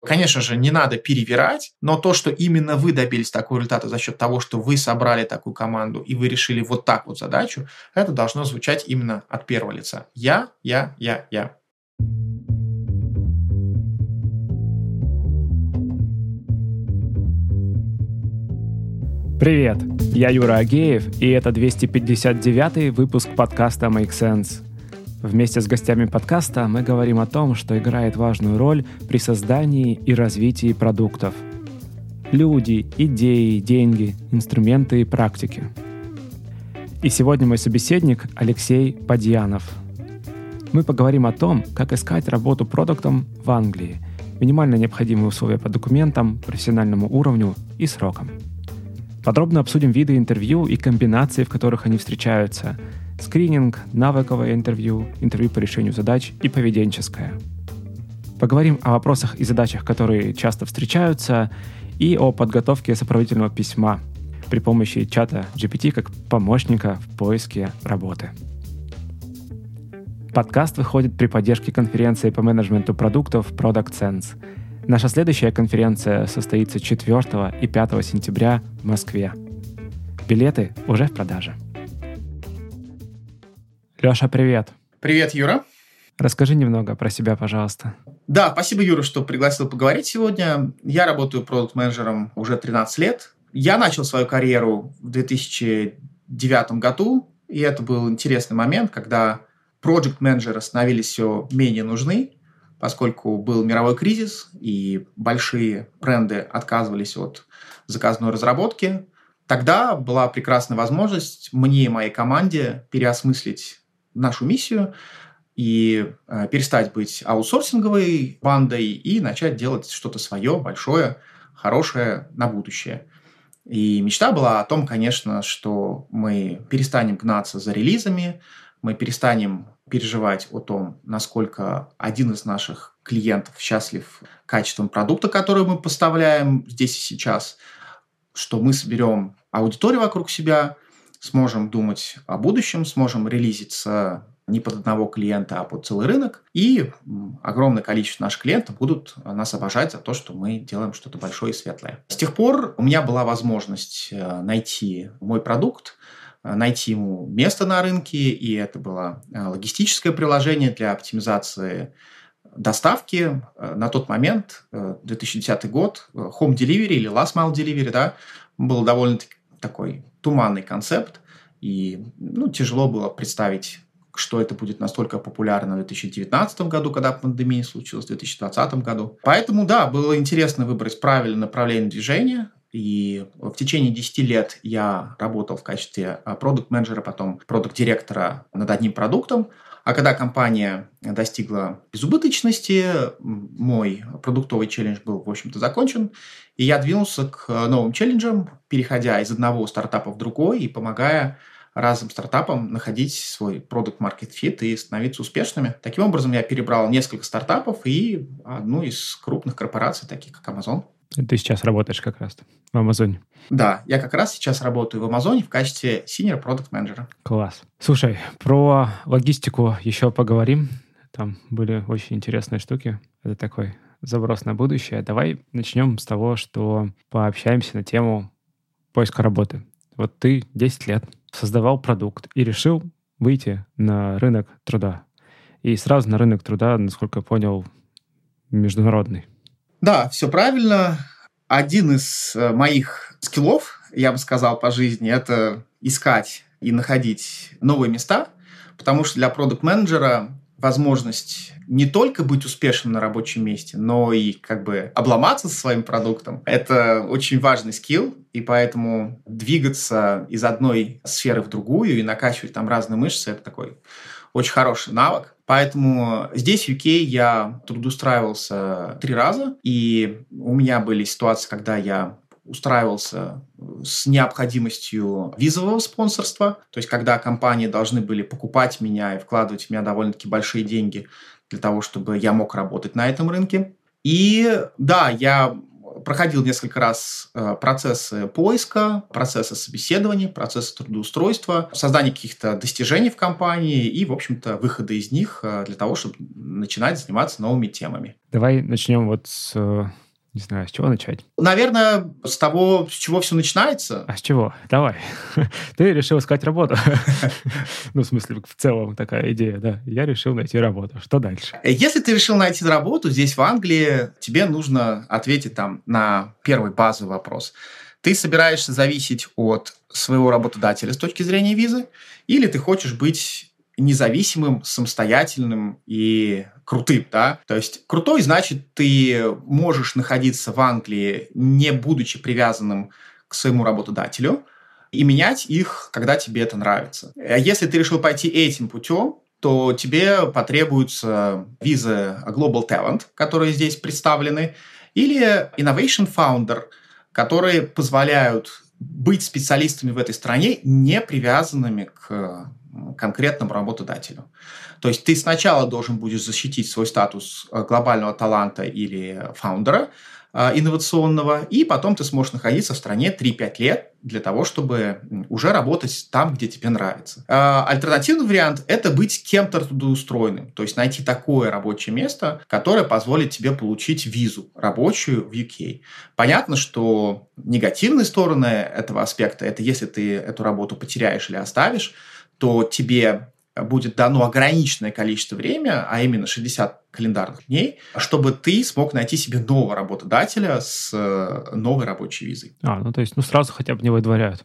Конечно же, не надо перевирать, но то, что именно вы добились такого результата за счет того, что вы собрали такую команду и вы решили вот так вот задачу, это должно звучать именно от первого лица. Я. Привет, я Юра Агеев, и это 259-й выпуск подкаста Make Sense. Вместе с гостями подкаста мы говорим о том, что играет важную роль при создании и развитии продуктов. Люди, идеи, деньги, инструменты и практики. И сегодня мой собеседник Алексей Подьянов. Мы поговорим о том, как искать работу продуктом в Англии, минимально необходимые условия по документам, профессиональному уровню и срокам. Подробно обсудим виды интервью и комбинации, в которых они встречаются. Скрининг, навыковое интервью, интервью по решению задач и поведенческое. Поговорим о вопросах и задачах, которые часто встречаются, и о подготовке сопроводительного письма при помощи чата GPT как помощника в поиске работы. Подкаст выходит при поддержке конференции по менеджменту продуктов Product Sense. Наша следующая конференция состоится 4 и 5 сентября в Москве. Билеты уже в продаже. Леша, привет. Привет, Юра. Расскажи немного про себя, пожалуйста. Да, спасибо, Юра, что пригласил поговорить сегодня. Я работаю продакт-менеджером уже 13 лет. Я начал свою карьеру в 2009 году, и это был интересный момент, когда проект-менеджеры становились все менее нужны, поскольку был мировой кризис, и большие бренды отказывались от заказной разработки. Тогда была прекрасная возможность мне и моей команде переосмыслить нашу миссию и перестать быть аутсорсинговой бандой и начать делать что-то свое, большое, хорошее на будущее. И мечта была о том, конечно, что мы перестанем гнаться за релизами, мы перестанем переживать о том, насколько один из наших клиентов счастлив качеством продукта, который мы поставляем здесь и сейчас, что мы соберем аудиторию вокруг себя, сможем думать о будущем, сможем релизиться не под одного клиента, а под целый рынок, и огромное количество наших клиентов будут нас обожать за то, что мы делаем что-то большое и светлое. С тех пор у меня была возможность найти мой продукт, найти ему место на рынке, и это было логистическое приложение для оптимизации доставки. На тот момент, 2010 год, Home Delivery или Last Mile Delivery, да, был довольно такой туманный концепт, и тяжело было представить, что это будет настолько популярно в 2019 году, когда пандемия случилась, в 2020 году. Поэтому, да, было интересно выбрать правильное направление движения. И в течение 10 лет я работал в качестве продакт-менеджера, потом продакт-директора над одним продуктом. А когда компания достигла безубыточности, мой продуктовый челлендж был, в общем-то, закончен. И я двинулся к новым челленджам, переходя из одного стартапа в другой и помогая разным стартапам находить свой product-market fit и становиться успешными. Таким образом, я перебрал несколько стартапов и одну из крупных корпораций, таких как Amazon. Ты сейчас работаешь как раз в Амазоне. Да, я как раз сейчас работаю в Амазоне в качестве senior product менеджера. Класс. Слушай, про логистику еще поговорим. Там были очень интересные штуки. Это такой заброс на будущее. Давай начнем с того, что пообщаемся на тему поиска работы. Вот ты 10 лет создавал продукт и решил выйти на рынок труда. И сразу на рынок труда, насколько я понял, международный. Да, все правильно. Один из моих скиллов, я бы сказал, по жизни, это искать и находить новые места, потому что для продакт-менеджера возможность не только быть успешным на рабочем месте, но и обломаться со своим продуктом. Это очень важный скилл, и поэтому двигаться из одной сферы в другую и накачивать там разные мышцы – это такой очень хороший навык. Поэтому здесь, в UK, я трудоустраивался 3 раза, и у меня были ситуации, когда я устраивался с необходимостью визового спонсорства, то есть когда компании должны были покупать меня и вкладывать в меня довольно-таки большие деньги для того, чтобы я мог работать на этом рынке. И да, я проходил несколько раз процессы поиска, процессы собеседования, процессы трудоустройства, создания каких-то достижений в компании и, в общем-то, выхода из них для того, чтобы начинать заниматься новыми темами. Давай начнем вот с... Не знаю, с чего начать? Наверное, с того, с чего все начинается. А с чего? Давай. Ты решил искать работу. Ну, в смысле, в целом такая идея, да. Я решил найти работу. Что дальше? Если ты решил найти работу здесь, в Англии, тебе нужно ответить там на первый базовый вопрос. Ты собираешься зависеть от своего работодателя с точки зрения визы, или ты хочешь быть независимым, самостоятельным и крутым, да? То есть крутой значит, ты можешь находиться в Англии, не будучи привязанным к своему работодателю, и менять их, когда тебе это нравится. А если ты решил пойти этим путем, то тебе потребуются визы Global Talent, которые здесь представлены, или Innovation Founder, которые позволяют быть специалистами в этой стране, не привязанными к конкретному работодателю. То есть ты сначала должен будешь защитить свой статус глобального таланта или фаундера инновационного, и потом ты сможешь находиться в стране 3-5 лет для того, чтобы уже работать там, где тебе нравится. Альтернативный вариант – это быть кем-то трудоустроенным, то есть найти такое рабочее место, которое позволит тебе получить визу рабочую в UK. Понятно, что негативные стороны этого аспекта – это если ты эту работу потеряешь или оставишь, то тебе будет дано ограниченное количество времени, а именно 60 календарных дней, чтобы ты смог найти себе нового работодателя с новой рабочей визой. Ну то есть, сразу хотя бы не выдворяют.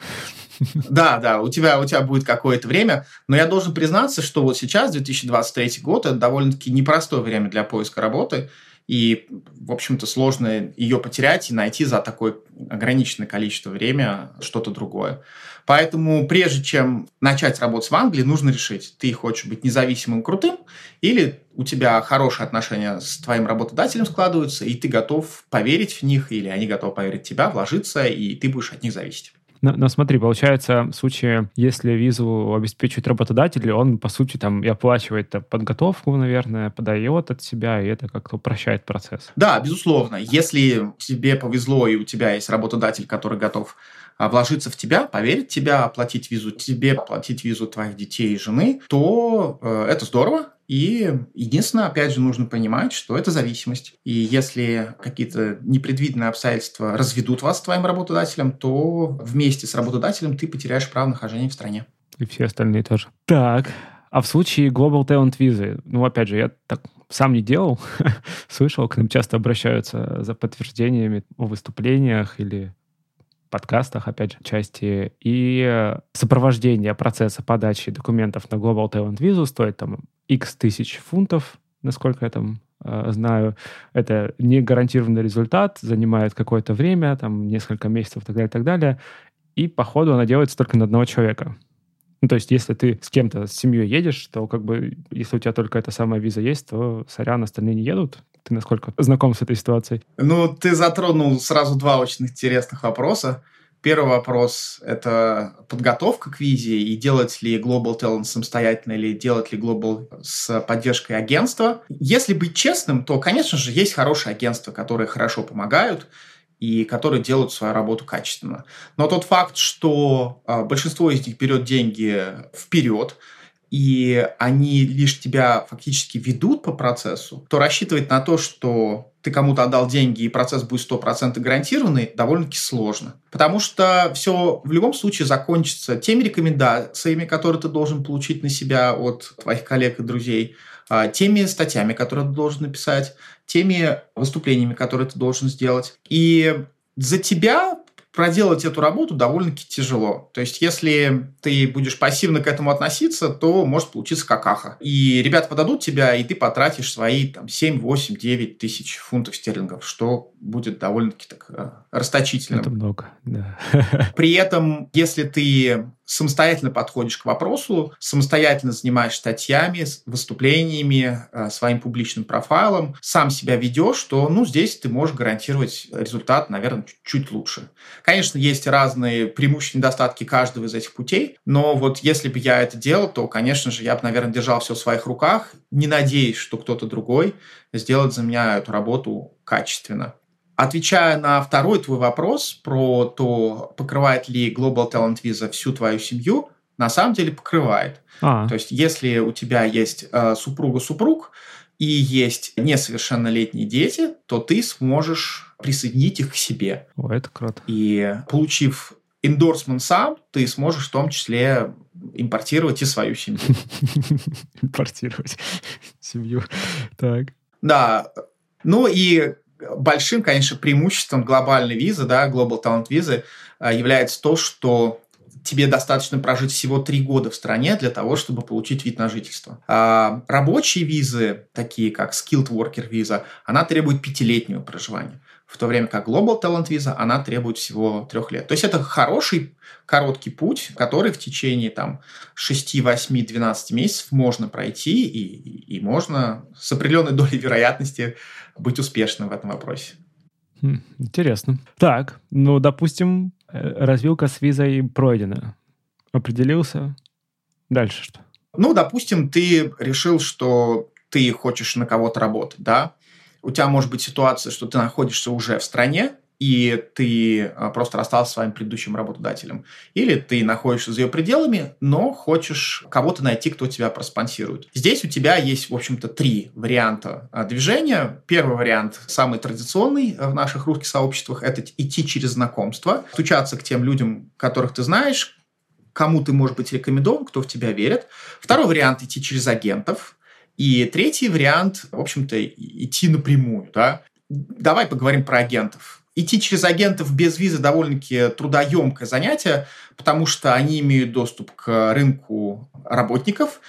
Да, у тебя будет какое-то время, но я должен признаться, что вот сейчас, 2023 год, это довольно-таки непростое время для поиска работы, и, в общем-то, сложно ее потерять и найти за такое ограниченное количество времени что-то другое. Поэтому, прежде чем начать работать в Англии, нужно решить, ты хочешь быть независимым, крутым, или у тебя хорошие отношения с твоим работодателем складываются, и ты готов поверить в них, или они готовы поверить в тебя, вложиться, и ты будешь от них зависеть. Но смотри, получается, в случае, если визу обеспечивает работодатель, он, по сути, там и оплачивает подготовку, наверное, подает от себя, и это как-то упрощает процесс. Да, безусловно. Если тебе повезло, и у тебя есть работодатель, который готов вложиться в тебя, поверить в тебя, оплатить визу тебе, оплатить визу твоих детей и жены, то это здорово. И единственное, опять же, нужно понимать, что это зависимость. И если какие-то непредвиденные обстоятельства разведут вас с твоим работодателем, то вместе с работодателем ты потеряешь право нахождения в стране. И все остальные тоже. Так, а в случае Global Talent визы, опять же, я так сам не делал, слышал, к нам часто обращаются за подтверждениями о выступлениях или подкастах, опять же, части, и сопровождение процесса подачи документов на Global Talent визу стоит там X тысяч фунтов, насколько я там знаю. Это не гарантированный результат, занимает какое-то время, там несколько месяцев и так далее, и так далее. И, по ходу, она делается только на одного человека. То есть, если ты с кем-то, с семьей едешь, то если у тебя только эта самая виза есть, то, сорян, остальные не едут. Ты насколько знаком с этой ситуацией? Ты затронул сразу два очень интересных вопроса. Первый вопрос – это подготовка к визе, и делать ли Global Talent самостоятельно, или делать ли Global с поддержкой агентства. Если быть честным, то, конечно же, есть хорошие агентства, которые хорошо помогают, и которые делают свою работу качественно. Но тот факт, что большинство из них берет деньги вперед, и они лишь тебя фактически ведут по процессу, то рассчитывать на то, что ты кому-то отдал деньги, и процесс будет 100% гарантированный, довольно-таки сложно. Потому что все в любом случае закончится теми рекомендациями, которые ты должен получить на себя от твоих коллег и друзей, теми статьями, которые ты должен написать, теми выступлениями, которые ты должен сделать. И за тебя проделать эту работу довольно-таки тяжело. То есть, если ты будешь пассивно к этому относиться, то может получиться какаха. И ребята подадут тебя, и ты потратишь свои 7, 8, 9 тысяч фунтов стерлингов, что будет довольно-таки так расточительным. Это много, да. При этом, если ты самостоятельно подходишь к вопросу, самостоятельно занимаешься статьями, выступлениями, своим публичным профайлом, сам себя ведешь, то здесь ты можешь гарантировать результат, наверное, чуть лучше. Конечно, есть разные преимущества и недостатки каждого из этих путей, но вот если бы я это делал, то, конечно же, я бы, наверное, держал все в своих руках, не надеясь, что кто-то другой сделает за меня эту работу качественно. Отвечая на второй твой вопрос про то, покрывает ли Global Talent Visa всю твою семью, на самом деле покрывает. То есть, если у тебя есть супруга-супруг и есть несовершеннолетние дети, то ты сможешь присоединить их к себе. Это круто. И получив эндорсмент сам, ты сможешь в том числе импортировать и свою семью. Импортировать семью. Так. Да. Ну и большим, конечно, преимуществом глобальной визы, да, Global Talent Visa, является то, что тебе достаточно прожить всего 3 года в стране для того, чтобы получить вид на жительство. А рабочие визы, такие как Skilled Worker Visa, она требует 5-летнего проживания, в то время как Global Talent Visa, она требует всего 3 лет. То есть это хороший короткий путь, который в течение 6, 8, 12 месяцев можно пройти, и можно с определенной долей вероятности быть успешным в этом вопросе. Интересно. Так, допустим, развилка с визой пройдена. Определился. Дальше что? Допустим, ты решил, что ты хочешь на кого-то работать, да? У тебя может быть ситуация, что ты находишься уже в стране, и ты просто расстался с своим предыдущим работодателем. Или ты находишься за ее пределами, но хочешь кого-то найти, кто тебя проспонсирует. Здесь у тебя есть, в общем-то, 3 варианта движения. Первый вариант, самый традиционный в наших русских сообществах, это идти через знакомство, стучаться к тем людям, которых ты знаешь, кому ты, может быть, рекомендован, кто в тебя верит. Второй вариант – идти через агентов. И третий вариант, в общем-то, идти напрямую. Да? Давай поговорим про агентов. Идти через агентов без визы довольно-таки трудоемкое занятие, потому что они имеют доступ к рынку работников,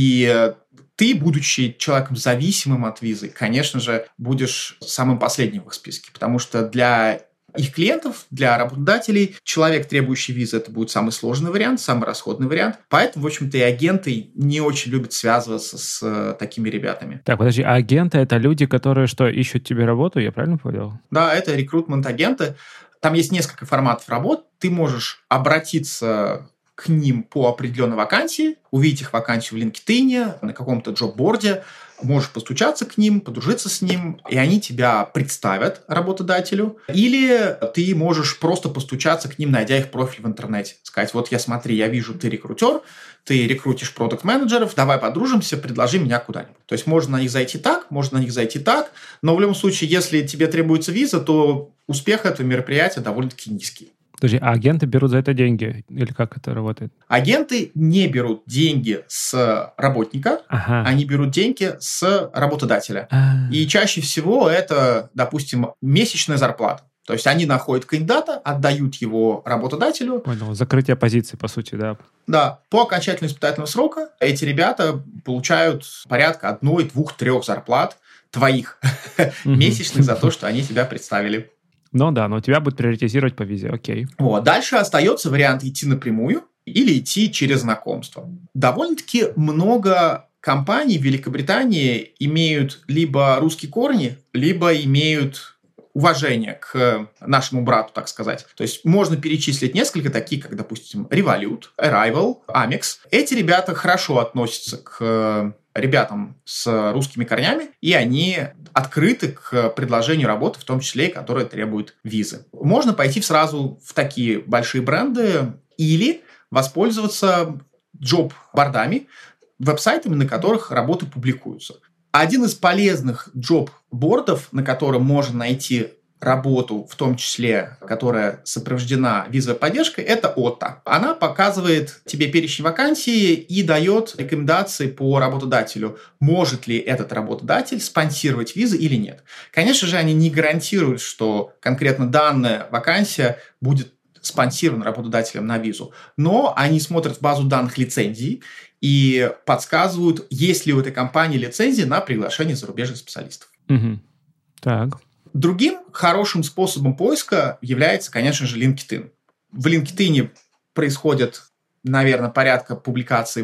и ты, будучи человеком зависимым от визы, конечно же, будешь самым последним в их списке, потому что для их клиентов, для работодателей, человек, требующий визы, это будет самый сложный вариант, самый расходный вариант. Поэтому, в общем-то, и агенты не очень любят связываться с такими ребятами. Так, подожди, а агенты — это люди, которые что, ищут тебе работу? Я правильно понял? Да, это рекрутмент-агенты. Там есть несколько форматов работ. Ты можешь обратиться к ним по определенной вакансии, увидеть их вакансию в LinkedIn, на каком-то джоб-борде, можешь постучаться к ним, подружиться с ним, и они тебя представят работодателю. Или ты можешь просто постучаться к ним, найдя их профиль в интернете. Сказать, вот я вижу, ты рекрутер, ты рекрутишь продакт-менеджеров, давай подружимся, предложи меня куда-нибудь. То есть можно на них зайти так, можно на них зайти так, но в любом случае, если тебе требуется виза, то успех этого мероприятия довольно-таки низкий. Подожди, а агенты берут за это деньги? Или как это работает? Агенты не берут деньги с работника, они берут деньги с работодателя. И чаще всего это, допустим, месячная зарплата. То есть они находят кандидата, отдают его работодателю. Понял, закрытие позиции, по сути, да. Да, по окончательному испытательного срока эти ребята получают порядка 1, 2, 3 зарплат твоих месячных за то, что они тебя представили. Но тебя будет приоритизировать по визе, окей. Дальше остается вариант идти напрямую или идти через знакомство. Довольно-таки много компаний в Великобритании имеют либо русские корни, либо имеют уважение к нашему брату, так сказать. То есть можно перечислить несколько, такие как, допустим, Revolut, Arrival, Amex. Эти ребята хорошо относятся к ребятам с русскими корнями, и они открыты к предложению работы, в том числе, которая требует визы. Можно пойти сразу в такие большие бренды или воспользоваться джоб-бордами, веб-сайтами, на которых работы публикуются. Один из полезных джоб-бордов, на котором можно найти работу, в том числе, которая сопровождена визовой поддержкой, это Отто. Она показывает тебе перечень вакансий и дает рекомендации по работодателю, может ли этот работодатель спонсировать визы или нет. Конечно же, они не гарантируют, что конкретно данная вакансия будет спонсирована работодателем на визу, но они смотрят в базу данных лицензий и подсказывают, есть ли у этой компании лицензия на приглашение зарубежных специалистов. Так. Другим хорошим способом поиска является, конечно же, LinkedIn. В LinkedIn происходит, наверное, порядка публикаций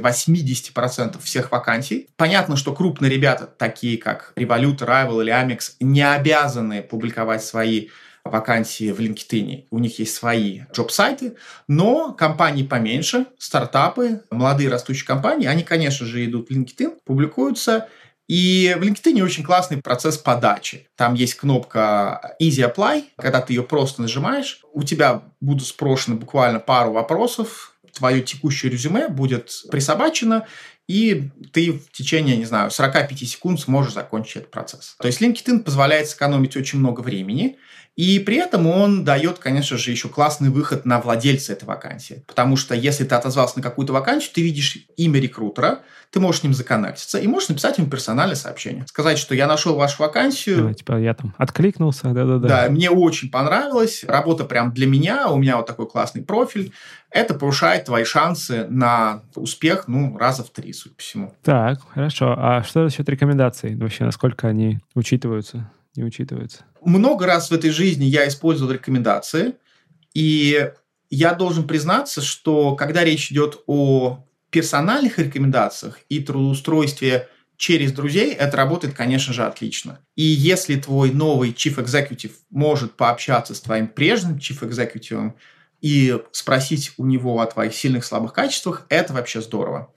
80% всех вакансий. Понятно, что крупные ребята, такие как Revolut, Arrival или Amex, не обязаны публиковать свои вакансии в LinkedIn. У них есть свои джоб-сайты, но компании поменьше, стартапы, молодые растущие компании, они, конечно же, идут в LinkedIn, публикуются, И в LinkedIn очень классный процесс подачи. Там есть кнопка Easy Apply, когда ты ее просто нажимаешь, у тебя будут спрошены буквально пару вопросов, твое текущее резюме будет присобачено, и ты в течение, не знаю, 45 секунд сможешь закончить этот процесс. То есть LinkedIn позволяет сэкономить очень много времени, и при этом он дает, конечно же, еще классный выход на владельца этой вакансии. Потому что если ты отозвался на какую-то вакансию, ты видишь имя рекрутера, ты можешь с ним законнектиться и можешь написать ему персональное сообщение. Сказать, что я нашел вашу вакансию. Типа я там откликнулся, да-да-да. Да, мне очень понравилось, работа прям для меня, у меня вот такой классный профиль. Это повышает твои шансы на успех, раза в 3, судя по всему. Так, хорошо. А что насчет рекомендаций? Вообще, насколько они учитываются, не учитываются? Много раз в этой жизни я использовал рекомендации, и я должен признаться, что когда речь идет о персональных рекомендациях и трудоустройстве через друзей, это работает, конечно же, отлично. И если твой новый Chief Executive может пообщаться с твоим прежним Chief Executive и спросить у него о твоих сильных и слабых качествах, это вообще здорово.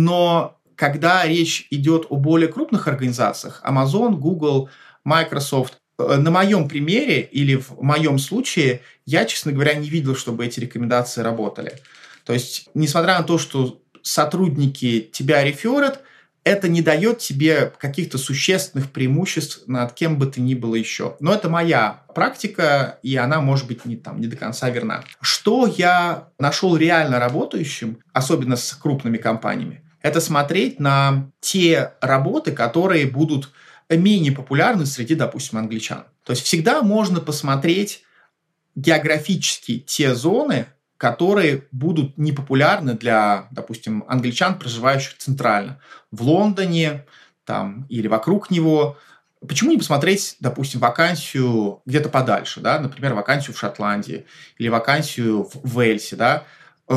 Но когда речь идет о более крупных организациях, Amazon, Google, Microsoft, на моем примере или в моем случае я, честно говоря, не видел, чтобы эти рекомендации работали. То есть, несмотря на то, что сотрудники тебя реферят, это не дает тебе каких-то существенных преимуществ над кем бы ты ни было еще. Но это моя практика, и она, может быть, не до конца верна. Что я нашел реально работающим, особенно с крупными компаниями, это смотреть на те работы, которые будут менее популярны среди, допустим, англичан. То есть всегда можно посмотреть географически те зоны, которые будут непопулярны для, допустим, англичан, проживающих центрально. В Лондоне или вокруг него. Почему не посмотреть, допустим, вакансию где-то подальше, да? Например, вакансию в Шотландии или вакансию в Уэльсе, да?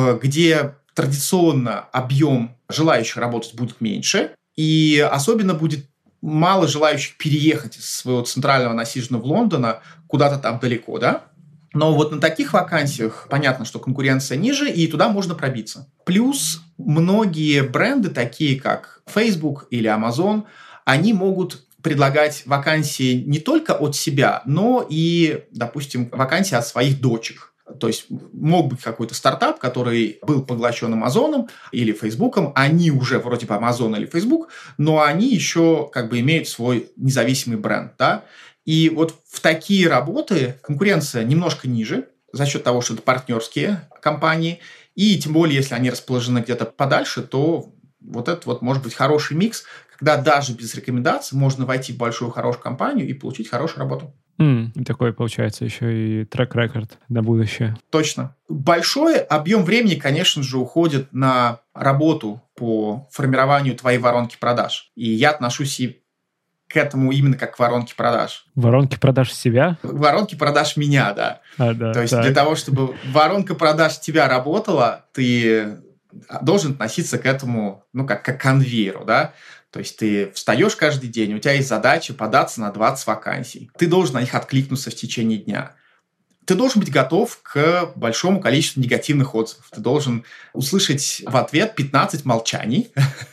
Где традиционно объем желающих работать будет меньше, и особенно будет мало желающих переехать из своего центрального насиженного Лондона куда-то там далеко, да? Но вот на таких вакансиях понятно, что конкуренция ниже, и туда можно пробиться. Плюс многие бренды, такие как Facebook или Amazon, они могут предлагать вакансии не только от себя, но и, допустим, вакансии от своих дочек. То есть мог быть какой-то стартап, который был поглощен Амазоном или Фейсбуком, они уже вроде бы Амазон или Фейсбук, но они еще имеют свой независимый бренд, да. И вот в такие работы конкуренция немножко ниже за счет того, что это партнерские компании, и тем более, если они расположены где-то подальше, то вот это вот может быть хороший микс, когда даже без рекомендаций можно войти в большую хорошую компанию и получить хорошую работу. Такой, получается, еще и трек-рекорд на будущее. Точно. Большой объем времени, конечно же, уходит на работу по формированию твоей воронки продаж. И я отношусь и к этому именно как к воронке продаж. Воронки продаж себя? Воронки продаж меня, да. Да. То есть для того, чтобы воронка продаж тебя работала, ты должен относиться к этому, как к конвейеру, да. То есть ты встаешь каждый день, у тебя есть задача податься на 20 вакансий. Ты должен на них откликнуться в течение дня. Ты должен быть готов к большому количеству негативных отзывов. Ты должен услышать в ответ 15 молчаний.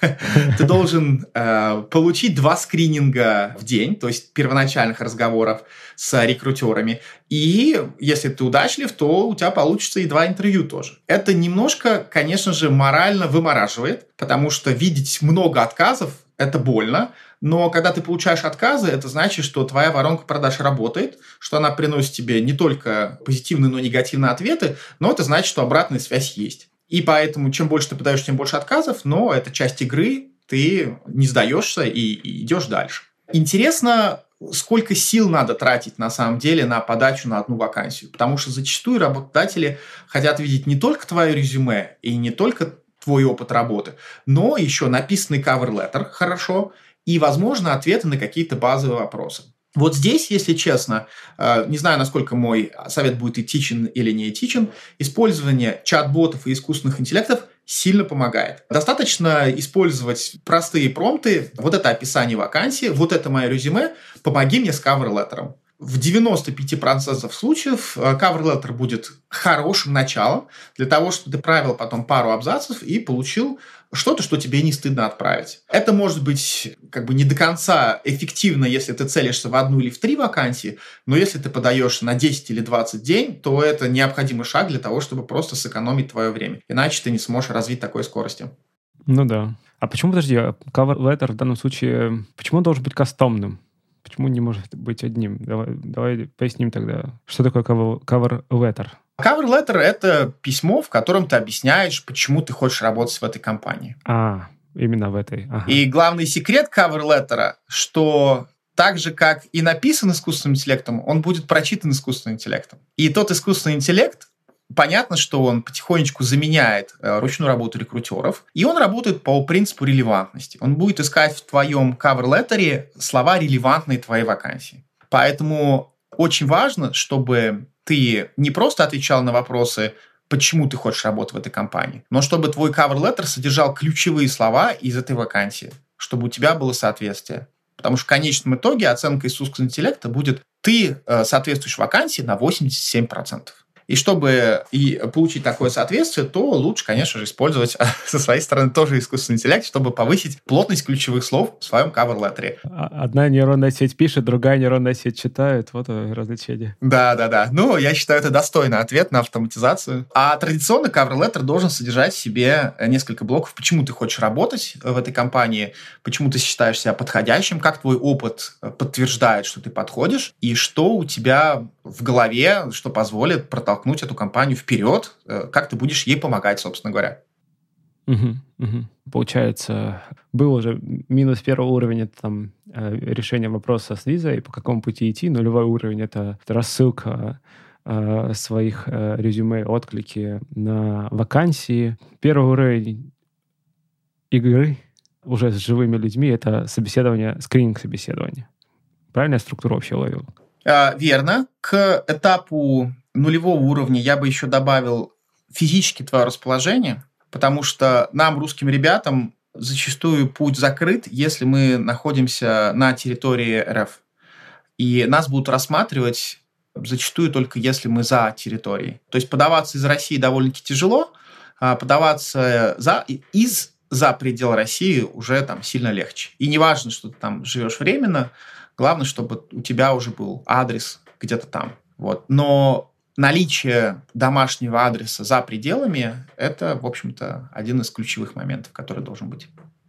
Ты должен получить 2 скрининга в день, то есть первоначальных разговоров с рекрутерами. И если ты удачлив, то у тебя получится и 2 интервью тоже. Это немножко, конечно же, морально вымораживает, потому что видеть много отказов – это больно, но когда ты получаешь отказы, это значит, что твоя воронка продаж работает, что она приносит тебе не только позитивные, но и негативные ответы, но это значит, что обратная связь есть. И поэтому чем больше ты подаешь, тем больше отказов, но это часть игры, ты не сдаешься и идешь дальше. Интересно, сколько сил надо тратить на самом деле на подачу на одну вакансию, потому что зачастую работодатели хотят видеть не только твое резюме и не только твой опыт работы, но еще написанный cover-letter хорошо и, возможно, ответы на какие-то базовые вопросы. Вот здесь, если честно, не знаю, насколько мой совет будет этичен или не этичен, использование чат-ботов и искусственных интеллектов сильно помогает. Достаточно использовать простые промпты, вот это описание вакансии, вот это мое резюме, помоги мне с cover-letter'ом. в 95% случаев cover letter будет хорошим началом для того, чтобы ты правил потом пару абзацев и получил что-то, что тебе не стыдно отправить. Это может быть не до конца эффективно, если ты целишься в 1 или в 3 вакансии, но если ты подаешь на 10 или 20 дней, то это необходимый шаг для того, чтобы просто сэкономить твое время. Иначе ты не сможешь развить такой скорости. Ну да. А почему, подожди, cover letter в данном случае, почему он должен быть кастомным? Почему не может быть одним? Давай поясним тогда, что такое cover letter. Cover letter – это письмо, в котором ты объясняешь, почему ты хочешь работать в этой компании. Именно в этой. Ага. И главный секрет cover letter, что так же, как и написан искусственным интеллектом, он будет прочитан искусственным интеллектом. И тот искусственный интеллект, понятно, что он потихонечку заменяет ручную работу рекрутеров, и он работает по принципу релевантности. Он будет искать в твоем cover letter слова, релевантные твоей вакансии. Поэтому очень важно, чтобы ты не просто отвечал на вопросы, почему ты хочешь работать в этой компании, но чтобы твой cover letter содержал ключевые слова из этой вакансии, чтобы у тебя было соответствие. Потому что в конечном итоге оценка искусственного интеллекта будет ты соответствуешь вакансии на 87%. И чтобы получить такое соответствие, то лучше, конечно же, использовать со своей стороны тоже искусственный интеллект, чтобы повысить плотность ключевых слов в своем cover letter. Одна нейронная сеть пишет, другая нейронная сеть читает. Вот развлечение. Да. Ну, я считаю, это достойный ответ на автоматизацию. А традиционно cover letter должен содержать в себе несколько блоков, почему ты хочешь работать в этой компании, почему ты считаешь себя подходящим, как твой опыт подтверждает, что ты подходишь, и что у тебя в голове, что позволит протолкнуть эту компанию вперед, как ты будешь ей помогать, собственно говоря. Получается, был уже минус 1 уровень, это там решение вопроса с визой, по какому пути идти. Нулевой уровень — это рассылка своих резюме, отклики на вакансии. 1 уровень игры уже с живыми людьми — это собеседование, скрининг-собеседование. Правильно я структуру вообще ловил? Верно. К этапу нулевого уровня я бы еще добавил физически твое расположение, потому что нам, русским ребятам, зачастую путь закрыт, если мы находимся на территории РФ. И нас будут рассматривать зачастую только если мы за территорией. То есть подаваться из России довольно-таки тяжело, а подаваться за пределы России уже там сильно легче. И не важно, что ты там живешь временно, главное, чтобы у тебя уже был адрес где-то там. Вот. Но наличие домашнего адреса за пределами – это, в общем-то, один из ключевых моментов, который должен быть.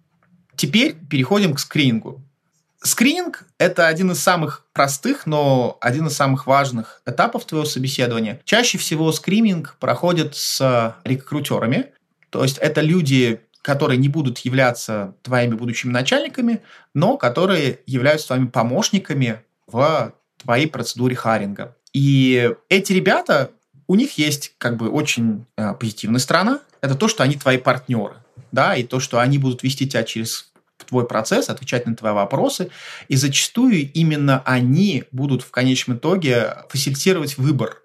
Теперь переходим к скринингу. Скрининг – это один из самых простых, но один из самых важных этапов твоего собеседования. Чаще всего скрининг проходит с рекрутерами, то есть это люди, которые не будут являться твоими будущими начальниками, но которые являются твоими помощниками в твоей процедуре хайринга. И эти ребята, у них есть очень позитивная сторона. Это то, что они твои партнеры, да, и то, что они будут вести тебя через твой процесс, отвечать на твои вопросы. И зачастую именно они будут в конечном итоге фасилитировать выбор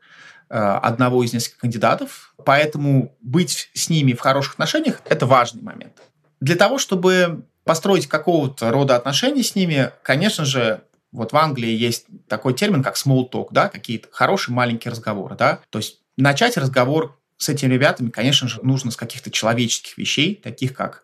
одного из нескольких кандидатов. Поэтому быть с ними в хороших отношениях – это важный момент. Для того, чтобы построить какого-то рода отношения с ними, конечно же, вот в Англии есть такой термин, как small talk, да, какие-то хорошие маленькие разговоры, да. То есть начать разговор с этими ребятами, конечно же, нужно с каких-то человеческих вещей, таких как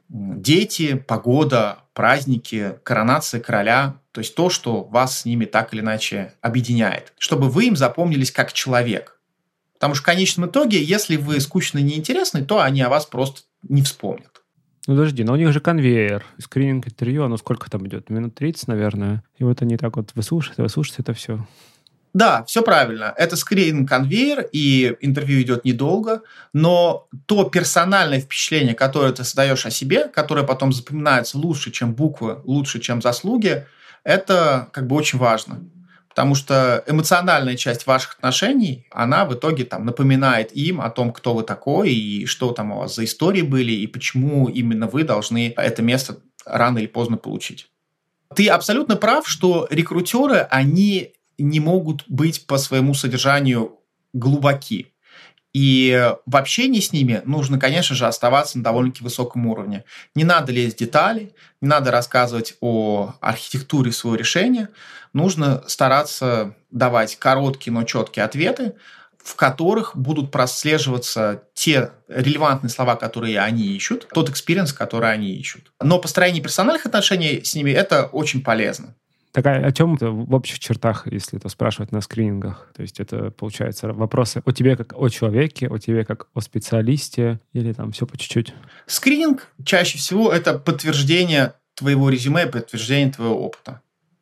дети, погода, праздники, коронация короля, то есть то, что вас с ними так или иначе объединяет, чтобы вы им запомнились как человек. Потому что в конечном итоге, если вы скучны и неинтересны, то они о вас просто не вспомнят. Ну, подожди, но у них же конвейер, скрининг интервью, сколько там идет? Минут 30, наверное. И вот они так вот выслушают это все. Да, все правильно. Это скрининг-конвейер, и интервью идет недолго, но то персональное впечатление, которое ты создаешь о себе, которое потом запоминается лучше, чем буквы, лучше, чем заслуги, это очень важно. Потому что эмоциональная часть ваших отношений, она в итоге напоминает им о том, кто вы такой, и что там у вас за истории были, и почему именно вы должны это место рано или поздно получить. Ты абсолютно прав, что рекрутеры, они не могут быть по своему содержанию глубоки. И в общении с ними нужно, конечно же, оставаться на довольно-таки высоком уровне. Не надо лезть в детали, не надо рассказывать о архитектуре своего решения. Нужно стараться давать короткие, но четкие ответы, в которых будут прослеживаться те релевантные слова, которые они ищут, тот экспириенс, который они ищут. Но построение персональных отношений с ними – это очень полезно. Так, о чем это в общих чертах, если это спрашивать на скринингах? То есть это, получается, вопросы о тебе как о человеке, о тебе как о специалисте, или там все по чуть-чуть? Скрининг чаще всего это подтверждение твоего резюме, подтверждение твоего опыта.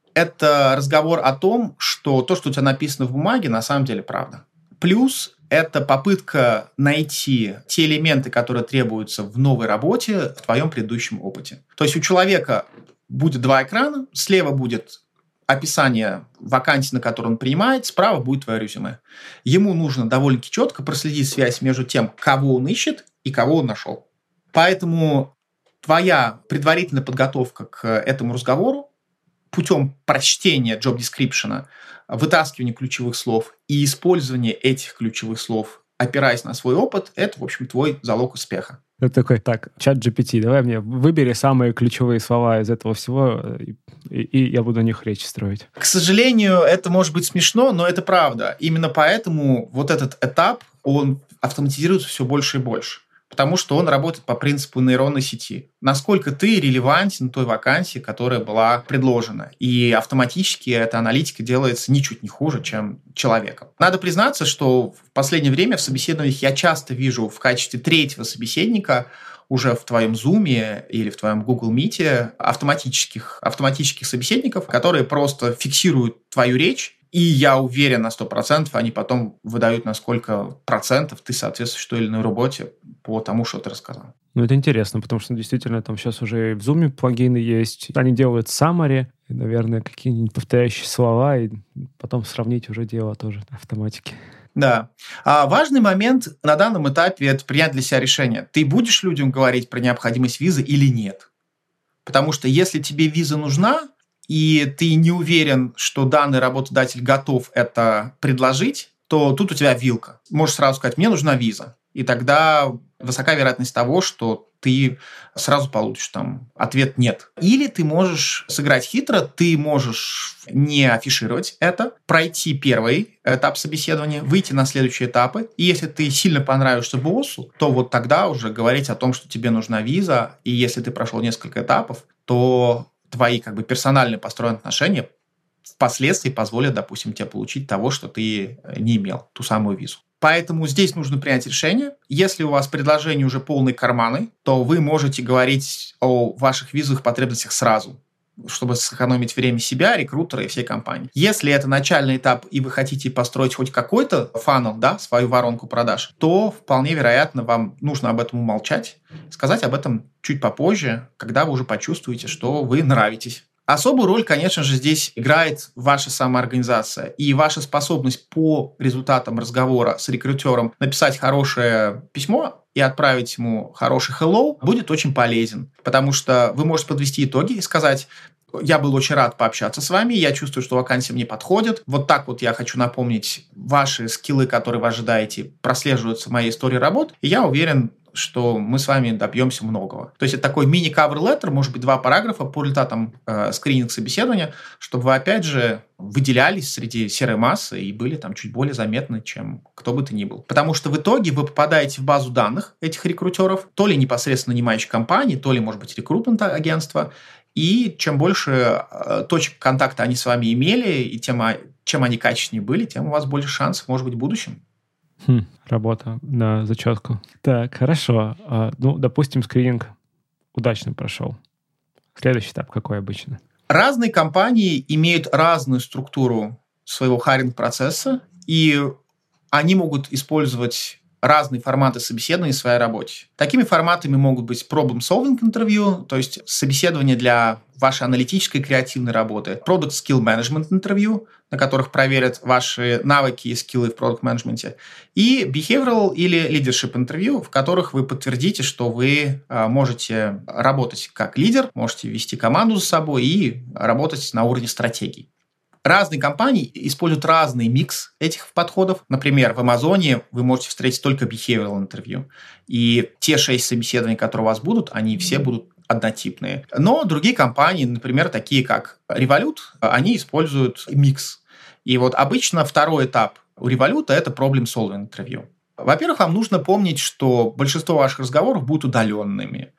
Это разговор о том, что то, что у тебя написано в бумаге, на самом деле правда. Плюс это попытка найти те элементы, которые требуются в новой работе в твоем предыдущем опыте. То есть у человека будет два экрана, слева будет описание вакансии, на которую он принимает, справа будет твое резюме. Ему нужно довольно-таки четко проследить связь между тем, кого он ищет и кого он нашел. Поэтому твоя предварительная подготовка к этому разговору путем прочтения job description, вытаскивания ключевых слов и использования этих ключевых слов, опираясь на свой опыт, это, в общем, твой залог успеха. Это такой, так, чат GPT, давай мне выбери самые ключевые слова из этого всего, и я буду о них речь строить. К сожалению, это может быть смешно, но это правда. Именно поэтому вот этот этап, он автоматизируется все больше и больше. Потому что он работает по принципу нейронной сети. Насколько ты релевантен той вакансии, которая была предложена. И автоматически эта аналитика делается ничуть не хуже, чем человеком. Надо признаться, что в последнее время в собеседованиях я часто вижу в качестве третьего собеседника уже в твоем Zoom или в твоем Google Meet автоматических собеседников, которые просто фиксируют твою речь. И я уверен на 100%, они потом выдают, на сколько процентов ты соответствуешь той или иной работе по тому, что ты рассказал. Ну, это интересно, потому что действительно там сейчас уже и в Zoom плагины есть. Они делают summary, и, наверное, какие-нибудь повторяющие слова, и потом сравнить уже дело тоже автоматики. Да. А важный момент на данном этапе – это принять для себя решение. Ты будешь людям говорить про необходимость визы или нет? Потому что если тебе виза нужна, и ты не уверен, что данный работодатель готов это предложить, то тут у тебя вилка. Можешь сразу сказать, мне нужна виза. И тогда высока вероятность того, что ты сразу получишь там ответ «нет». Или ты можешь сыграть хитро, ты можешь не афишировать это, пройти первый этап собеседования, выйти на следующие этапы. И если ты сильно понравишься боссу, то вот тогда уже говорить о том, что тебе нужна виза, и если ты прошел несколько этапов, то твои персональные построенные отношения впоследствии позволят, допустим, тебе получить того, что ты не имел, ту самую визу. Поэтому здесь нужно принять решение. Если у вас предложение уже полные карманы, то вы можете говорить о ваших визовых потребностях сразу, чтобы сэкономить время себя, рекрутера и всей компании. Если это начальный этап, и вы хотите построить хоть какой-то фаннел, свою воронку продаж, то вполне вероятно вам нужно об этом умолчать, сказать об этом чуть попозже, когда вы уже почувствуете, что вы нравитесь. Особую роль, конечно же, здесь играет ваша самоорганизация и ваша способность по результатам разговора с рекрутером написать хорошее письмо и отправить ему хороший hello будет очень полезен, потому что вы можете подвести итоги и сказать: я был очень рад пообщаться с вами, я чувствую, что вакансия мне подходит. Вот так вот я хочу напомнить, ваши скиллы, которые вы ожидаете, прослеживаются в моей истории работ, и я уверен, что мы с вами добьемся многого. То есть это такой мини-cover letter, может быть, 2 параграфа по результатам скрининг-собеседования, чтобы вы, опять же, выделялись среди серой массы и были там чуть более заметны, чем кто бы то ни был. Потому что в итоге вы попадаете в базу данных этих рекрутеров, то ли непосредственно нанимающей компании, то ли, может быть, рекрутмент-агентства, и чем больше точек контакта они с вами имели, и чем они качественнее были, тем у вас больше шансов, может быть, в будущем. Работа на зачетку. Так, хорошо. Допустим, скрининг удачно прошел. Следующий этап какой обычно? Разные компании имеют разную структуру своего хайринг-процесса, и они могут использовать разные форматы собеседования в своей работе. Такими форматами могут быть problem-solving интервью, то есть собеседование для вашей аналитической и креативной работы, product skill management интервью, на которых проверят ваши навыки и скиллы в продакт-менеджменте, и behavioral или leadership интервью, в которых вы подтвердите, что вы можете работать как лидер, можете вести команду за собой и работать на уровне стратегий. Разные компании используют разный микс этих подходов. Например, в Амазоне вы можете встретить только behavioral интервью. И те 6 собеседований, которые у вас будут, они все будут однотипные. Но другие компании, например, такие как Revolut, они используют микс. И вот обычно второй этап у Revolut – это problem-solving интервью. Во-первых, вам нужно помнить, что большинство ваших разговоров будут удаленными.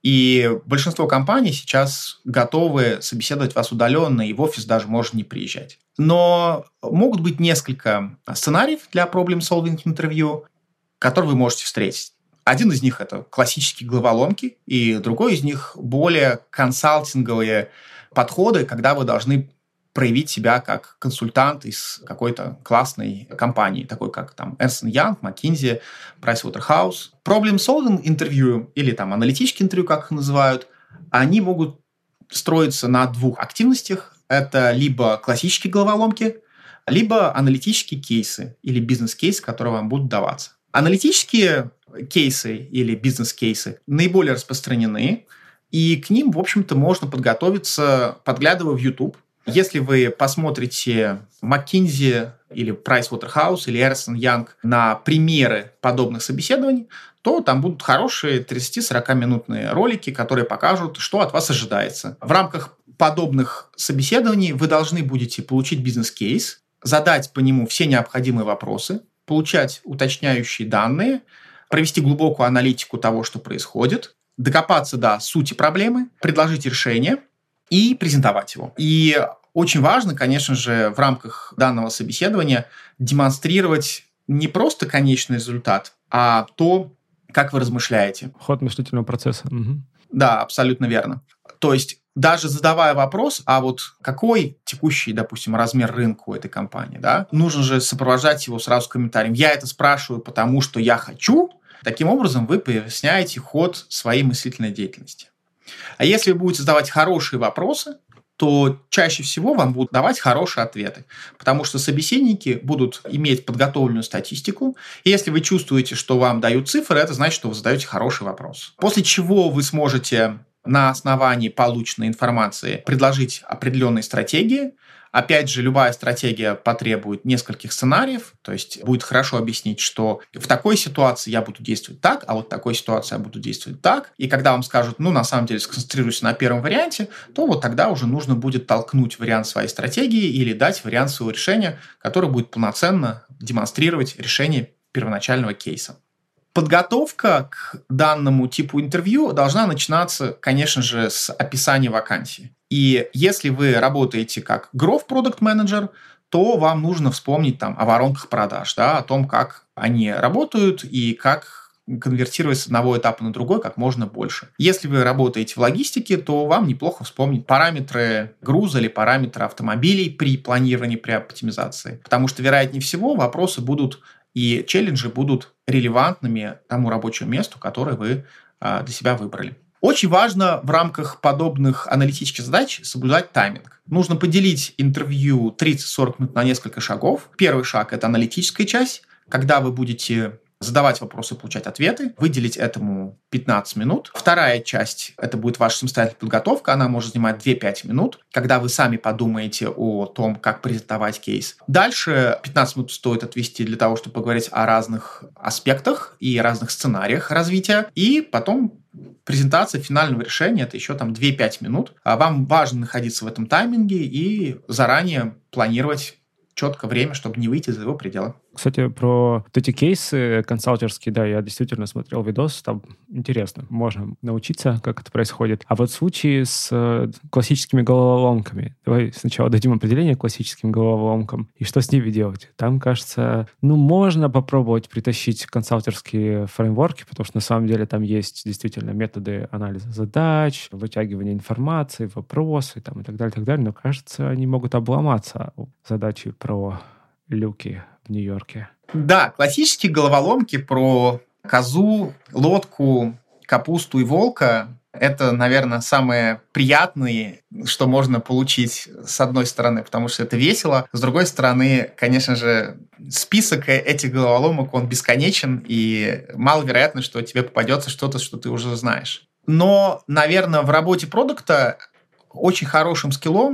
И большинство компаний сейчас готовы собеседовать вас удаленно, и в офис даже можно не приезжать. Но могут быть несколько сценариев для problem-solving интервью, которые вы можете встретить. Один из них – это классические головоломки, и другой из них – более консалтинговые подходы, когда вы должны проявить себя как консультант из какой-то классной компании, такой как там Ernst & Young, McKinsey, Pricewaterhouse. Problem-solving интервью или там аналитические интервью, как их называют, они могут строиться на двух активностях. Это либо классические головоломки, либо аналитические кейсы или бизнес-кейсы, которые вам будут даваться. Аналитические кейсы или бизнес-кейсы наиболее распространены, и к ним, в общем-то, можно подготовиться, подглядывая в YouTube. Если вы посмотрите McKinsey или Pricewaterhouse или Ernst & Young на примеры подобных собеседований, то там будут хорошие 30-40-минутные ролики, которые покажут, что от вас ожидается. В рамках подобных собеседований вы должны будете получить бизнес-кейс, задать по нему все необходимые вопросы, получать уточняющие данные, провести глубокую аналитику того, что происходит, докопаться до сути проблемы, предложить решение и презентовать его. И очень важно, конечно же, в рамках данного собеседования демонстрировать не просто конечный результат, а то, как вы размышляете. Ход мыслительного процесса. Угу. Да, абсолютно верно. То есть даже задавая вопрос, а вот какой текущий, допустим, размер рынка у этой компании, да, нужно же сопровождать его сразу комментарием. Я это спрашиваю, потому что я хочу. Таким образом, вы поясняете ход своей мыслительной деятельности. А если вы будете задавать хорошие вопросы, то чаще всего вам будут давать хорошие ответы, потому что собеседники будут иметь подготовленную статистику, и если вы чувствуете, что вам дают цифры, это значит, что вы задаете хороший вопрос. После чего вы сможете на основании полученной информации предложить определенные стратегии. Опять же, любая стратегия потребует нескольких сценариев, то есть будет хорошо объяснить, что в такой ситуации я буду действовать так, а вот в такой ситуации я буду действовать так. И когда вам скажут, на самом деле, сконцентрируйся на первом варианте, то вот тогда уже нужно будет толкнуть вариант своей стратегии или дать вариант своего решения, который будет полноценно демонстрировать решение первоначального кейса. Подготовка к данному типу интервью должна начинаться, конечно же, с описания вакансии. И если вы работаете как Growth Product Manager, то вам нужно вспомнить о воронках продаж, о том, как они работают и как конвертировать с одного этапа на другой как можно больше. Если вы работаете в логистике, то вам неплохо вспомнить параметры груза или параметры автомобилей при планировании, при оптимизации. Потому что, вероятнее всего, вопросы будут и челленджи будут релевантными тому рабочему месту, которое вы для себя выбрали. Очень важно в рамках подобных аналитических задач соблюдать тайминг. Нужно поделить интервью 30-40 минут на несколько шагов. Первый шаг – это аналитическая часть, когда вы будете задавать вопросы, получать ответы, выделить этому 15 минут. Вторая часть – это будет ваша самостоятельная подготовка, она может занимать 2-5 минут, когда вы сами подумаете о том, как презентовать кейс. Дальше 15 минут стоит отвести для того, чтобы поговорить о разных аспектах и разных сценариях развития, и потом презентация финального решения – это еще 2-5 минут. Вам важно находиться в этом тайминге и заранее планировать четко время, чтобы не выйти за его пределы. Кстати, про вот эти кейсы консалтерские, да, я действительно смотрел видос, там интересно, можно научиться, как это происходит. А вот в случае с классическими головоломками, давай сначала дадим определение классическим головоломкам и что с ними делать. Там, кажется, можно попробовать притащить консалтерские фреймворки, потому что на самом деле там есть действительно методы анализа задач, вытягивания информации, вопросы и так далее, но, кажется, они могут обломаться задачи про люки в Нью-Йорке. Да, классические головоломки про козу, лодку, капусту и волка – это, наверное, самые приятные, что можно получить с одной стороны, потому что это весело. С другой стороны, конечно же, список этих головоломок, он бесконечен, и маловероятно, что тебе попадется что-то, что ты уже знаешь. Но, наверное, в работе продукта очень хорошим скиллом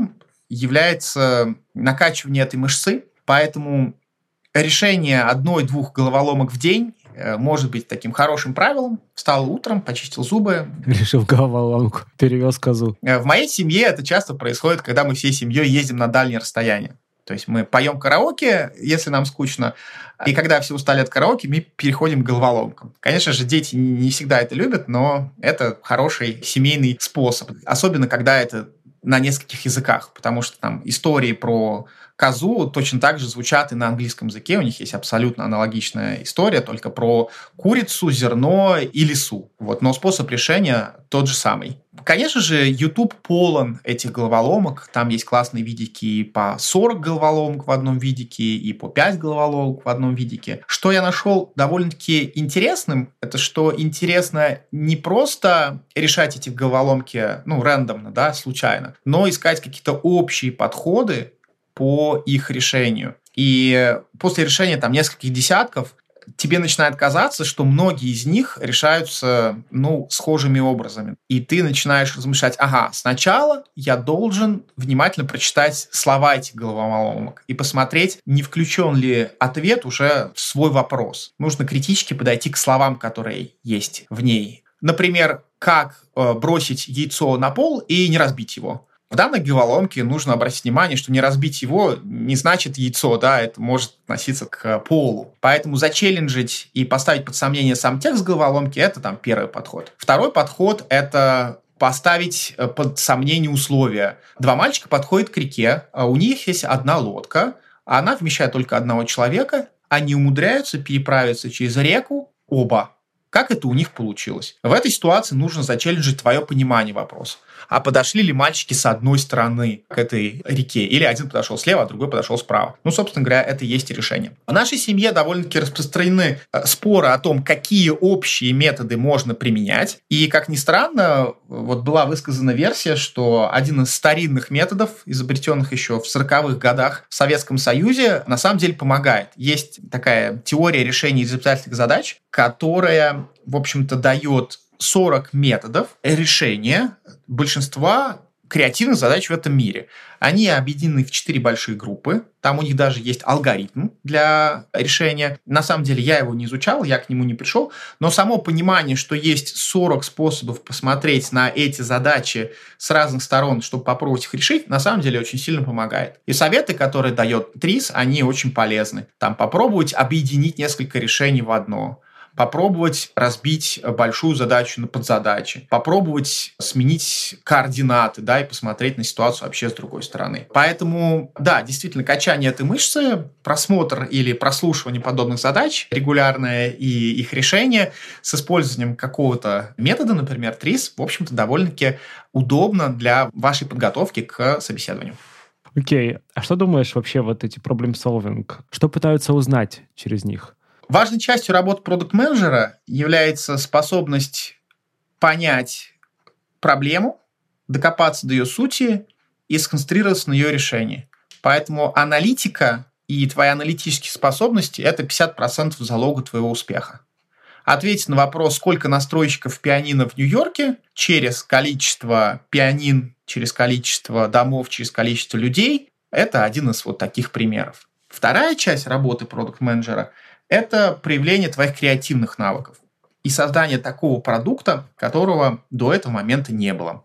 является накачивание этой мышцы, поэтому решение 1-2 головоломок в день может быть таким хорошим правилом. Встал утром, почистил зубы. Решил головоломку, перевез козу. В моей семье это часто происходит, когда мы всей семьей ездим на дальние расстояния. То есть мы поем караоке, если нам скучно, и когда все устали от караоке, мы переходим к головоломкам. Конечно же, дети не всегда это любят, но это хороший семейный способ. Особенно, когда это на нескольких языках, потому что там истории про козу точно так же звучат и на английском языке. У них есть абсолютно аналогичная история, только про курицу, зерно и лису. Но способ решения тот же самый. Конечно же, YouTube полон этих головоломок. Там есть классные видики и по 40 головоломок в одном видике, и по 5 головоломок в одном видике. Что я нашел довольно-таки интересным, это что интересно не просто решать эти головоломки, рандомно, случайно, но искать какие-то общие подходы по их решению. И после решения нескольких десятков тебе начинает казаться, что многие из них решаются, схожими образами. И ты начинаешь размышлять, сначала я должен внимательно прочитать слова этих головоломок и посмотреть, не включен ли ответ уже в свой вопрос. Нужно критически подойти к словам, которые есть в ней. Например, как бросить яйцо на пол и не разбить его. В данной головоломке нужно обратить внимание, что не разбить его не значит яйцо, это может относиться к полу. Поэтому зачелленджить и поставить под сомнение сам текст головоломки – это первый подход. Второй подход – это поставить под сомнение условия. 2 мальчика подходят к реке, у них есть одна лодка, она вмещает только одного человека, они умудряются переправиться через реку оба. Как это у них получилось? В этой ситуации нужно зачелленджить твое понимание вопроса. А подошли ли мальчики с одной стороны к этой реке? Или один подошел слева, а другой подошел справа? Собственно говоря, это и есть решение. В нашей семье довольно-таки распространены споры о том, какие общие методы можно применять. И, как ни странно, была высказана версия, что один из старинных методов, изобретенных еще в 40-х годах в Советском Союзе, на самом деле помогает. Есть такая теория решения изобретательных задач, которая, в общем-то, дает 40 методов решения большинства креативных задач в этом мире. Они объединены в 4 большие группы. Там у них даже есть алгоритм для решения. На самом деле я его не изучал, я к нему не пришел. Но само понимание, что есть 40 способов посмотреть на эти задачи с разных сторон, чтобы попробовать их решить, на самом деле очень сильно помогает. И советы, которые дает ТРИС, они очень полезны. Попробовать объединить несколько решений в одно. Попробовать разбить большую задачу на подзадачи, попробовать сменить координаты, и посмотреть на ситуацию вообще с другой стороны. Поэтому, действительно, качание этой мышцы, просмотр или прослушивание подобных задач, регулярное и их решение с использованием какого-то метода, например, ТРИС, в общем-то, довольно-таки удобно для вашей подготовки к собеседованию. Окей. А что думаешь вообще эти problem-solving? Что пытаются узнать через них? Важной частью работы продакт-менеджера является способность понять проблему, докопаться до ее сути и сконцентрироваться на ее решении. Поэтому аналитика и твои аналитические способности – это 50% залога твоего успеха. Ответить на вопрос, сколько настройщиков пианино в Нью-Йорке, через количество пианин, через количество домов, через количество людей – это один из таких примеров. Вторая часть работы продакт-менеджера – это проявление твоих креативных навыков и создание такого продукта, которого до этого момента не было.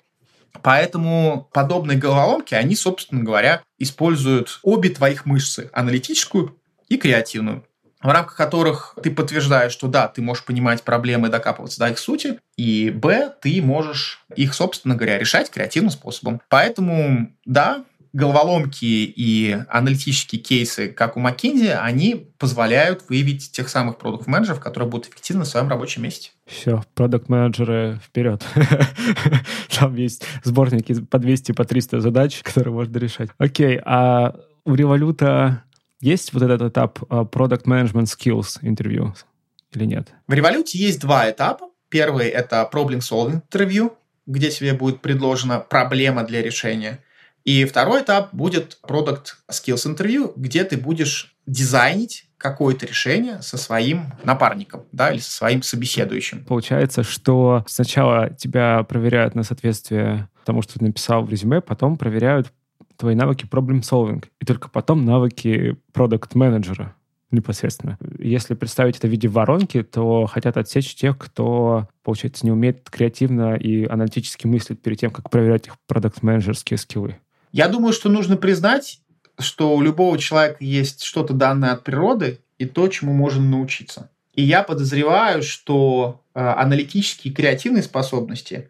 Поэтому подобные головоломки, они, собственно говоря, используют обе твоих мышцы, аналитическую и креативную, в рамках которых ты подтверждаешь, что ты можешь понимать проблемы и докапываться до их сути, и ты можешь их, собственно говоря, решать креативным способом. Поэтому, головоломки и аналитические кейсы, как у McKinsey, они позволяют выявить тех самых продакт-менеджеров, которые будут эффективны в своем рабочем месте. Все, продакт-менеджеры вперед. Там есть сборники по 200, по 300 задач, которые можно решать. Окей, а у Revolut есть этот этап Product Management Skills интервью или нет? В Revolut есть 2 этапа. Первый – это Problem Solving интервью, где тебе будет предложена проблема для решения. И второй этап будет Product Skills интервью, где ты будешь дизайнить какое-то решение со своим напарником, или со своим собеседующим. Получается, что сначала тебя проверяют на соответствие тому, что ты написал в резюме, потом проверяют твои навыки problem-solving, и только потом навыки продакт-менеджера непосредственно. Если представить это в виде воронки, то хотят отсечь тех, кто, получается, не умеет креативно и аналитически мыслить перед тем, как проверять их продакт-менеджерские скиллы. Я думаю, что нужно признать, что у любого человека есть что-то данное от природы и то, чему можно научиться. И я подозреваю, что аналитические и креативные способности,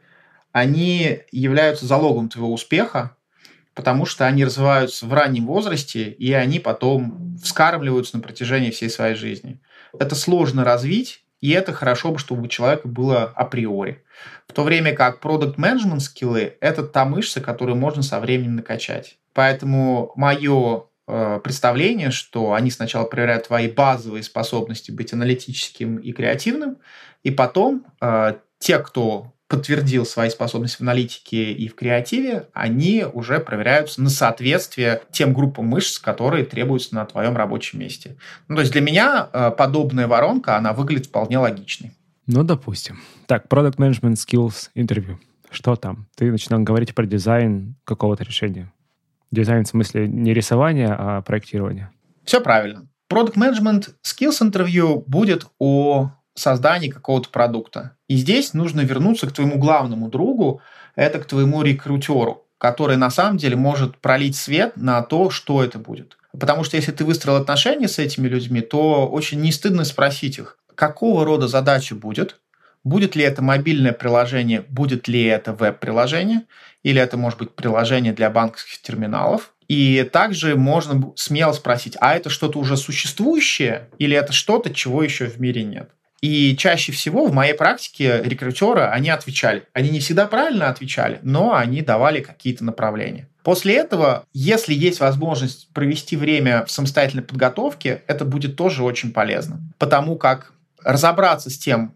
они являются залогом твоего успеха, потому что они развиваются в раннем возрасте, и они потом вскармливаются на протяжении всей своей жизни. Это сложно развить, и это хорошо бы, чтобы у человека было априори. В то время как продакт-менеджмент скиллы – это та мышца, которую можно со временем накачать. Поэтому мое представление, что они сначала проверяют твои базовые способности быть аналитическим и креативным, и потом те, кто подтвердил свои способности в аналитике и в креативе, они уже проверяются на соответствие тем группам мышц, которые требуются на твоем рабочем месте. То есть для меня подобная воронка, она выглядит вполне логичной. Допустим. Так, Product Management Skills интервью. Что там? Ты начинал говорить про дизайн какого-то решения. Дизайн в смысле не рисование, а проектирование. Все правильно. Product Management Skills интервью будет о создании какого-то продукта. И здесь нужно вернуться к твоему главному другу, это к твоему рекрутеру, который на самом деле может пролить свет на то, что это будет. Потому что если ты выстроил отношения с этими людьми, то очень не стыдно спросить их, какого рода задача будет ли это мобильное приложение, будет ли это веб-приложение, или это может быть приложение для банковских терминалов. И также можно смело спросить, а это что-то уже существующее, или это что-то, чего еще в мире нет? И чаще всего в моей практике рекрутеры, они отвечали. Они не всегда правильно отвечали, но они давали какие-то направления. После этого, если есть возможность провести время в самостоятельной подготовке, это будет тоже очень полезно. Потому как разобраться с тем,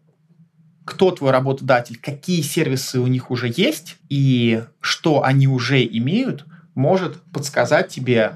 кто твой работодатель, какие сервисы у них уже есть и что они уже имеют, может подсказать тебе,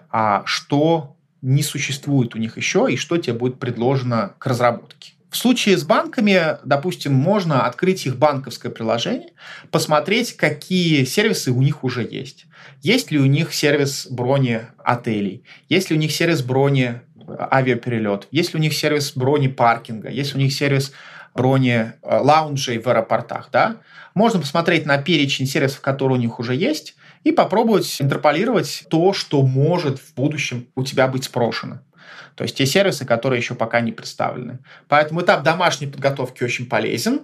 что не существует у них еще и что тебе будет предложено к разработке. В случае с банками, допустим, можно открыть их банковское приложение, посмотреть, какие сервисы у них уже есть. Есть ли у них сервис брони отелей, есть ли у них сервис брони авиаперелет, есть ли у них сервис брони паркинга, есть ли у них сервис брони лаунжей в аэропортах. Да? Можно посмотреть на перечень сервисов, которые у них уже есть, и попробовать интерполировать то, что может в будущем у тебя быть спрошено. То есть те сервисы, которые еще пока не представлены. Поэтому этап домашней подготовки очень полезен.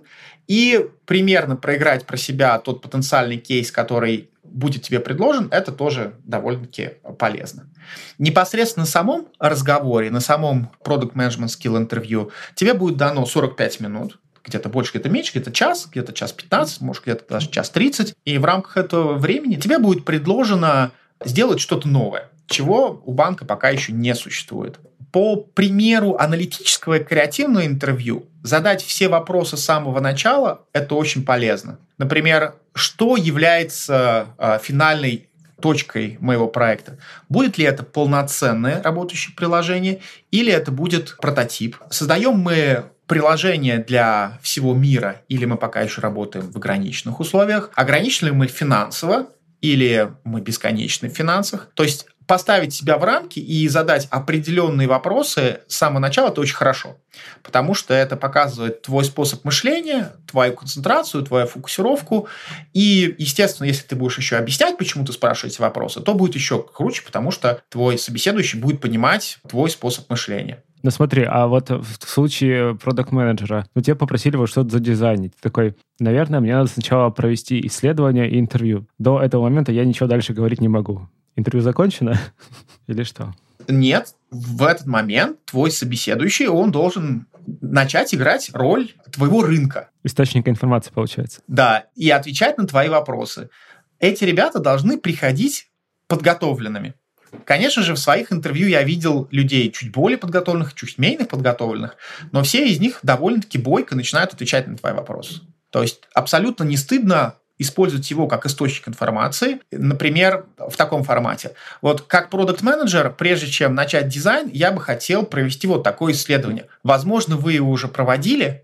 И примерно проиграть про себя тот потенциальный кейс, который будет тебе предложен, это тоже довольно-таки полезно. Непосредственно на самом разговоре, на самом Product Management Skill интервью тебе будет дано 45 минут. Где-то больше, где-то меньше, где-то час 15, может, где-то даже час 30. И в рамках этого времени тебе будет предложено сделать что-то новое, чего у банка пока еще не существует. По примеру аналитического и креативного интервью задать все вопросы с самого начала – это очень полезно. Например, что является финальной точкой моего проекта? Будет ли это полноценное работающее приложение или это будет прототип? Создаем мы приложение для всего мира или мы пока еще работаем в ограниченных условиях? Ограничены ли мы финансово или мы бесконечны в финансах? То есть поставить себя в рамки и задать определенные вопросы с самого начала – это очень хорошо, потому что это показывает твой способ мышления, твою концентрацию, твою фокусировку. И, естественно, если ты будешь еще объяснять, почему ты спрашиваешь эти вопросы, то будет еще круче, потому что твой собеседующий будет понимать твой способ мышления. Смотри, а вот в случае продакт-менеджера, тебя попросили вот что-то задизайнить. Ты такой, наверное, мне надо сначала провести исследование и интервью. До этого момента я ничего дальше говорить не могу. Интервью закончено или что? Нет, в этот момент твой собеседующий, он должен начать играть роль твоего рынка. Источника информации, получается. Да, и отвечать на твои вопросы. Эти ребята должны приходить подготовленными. Конечно же, в своих интервью я видел людей чуть более подготовленных, чуть менее подготовленных, но все из них довольно-таки бойко начинают отвечать на твои вопросы. То есть абсолютно не стыдно использовать его как источник информации, например, в таком формате. Вот как продакт-менеджер, прежде чем начать дизайн, я бы хотел провести вот такое исследование. Возможно, вы его уже проводили,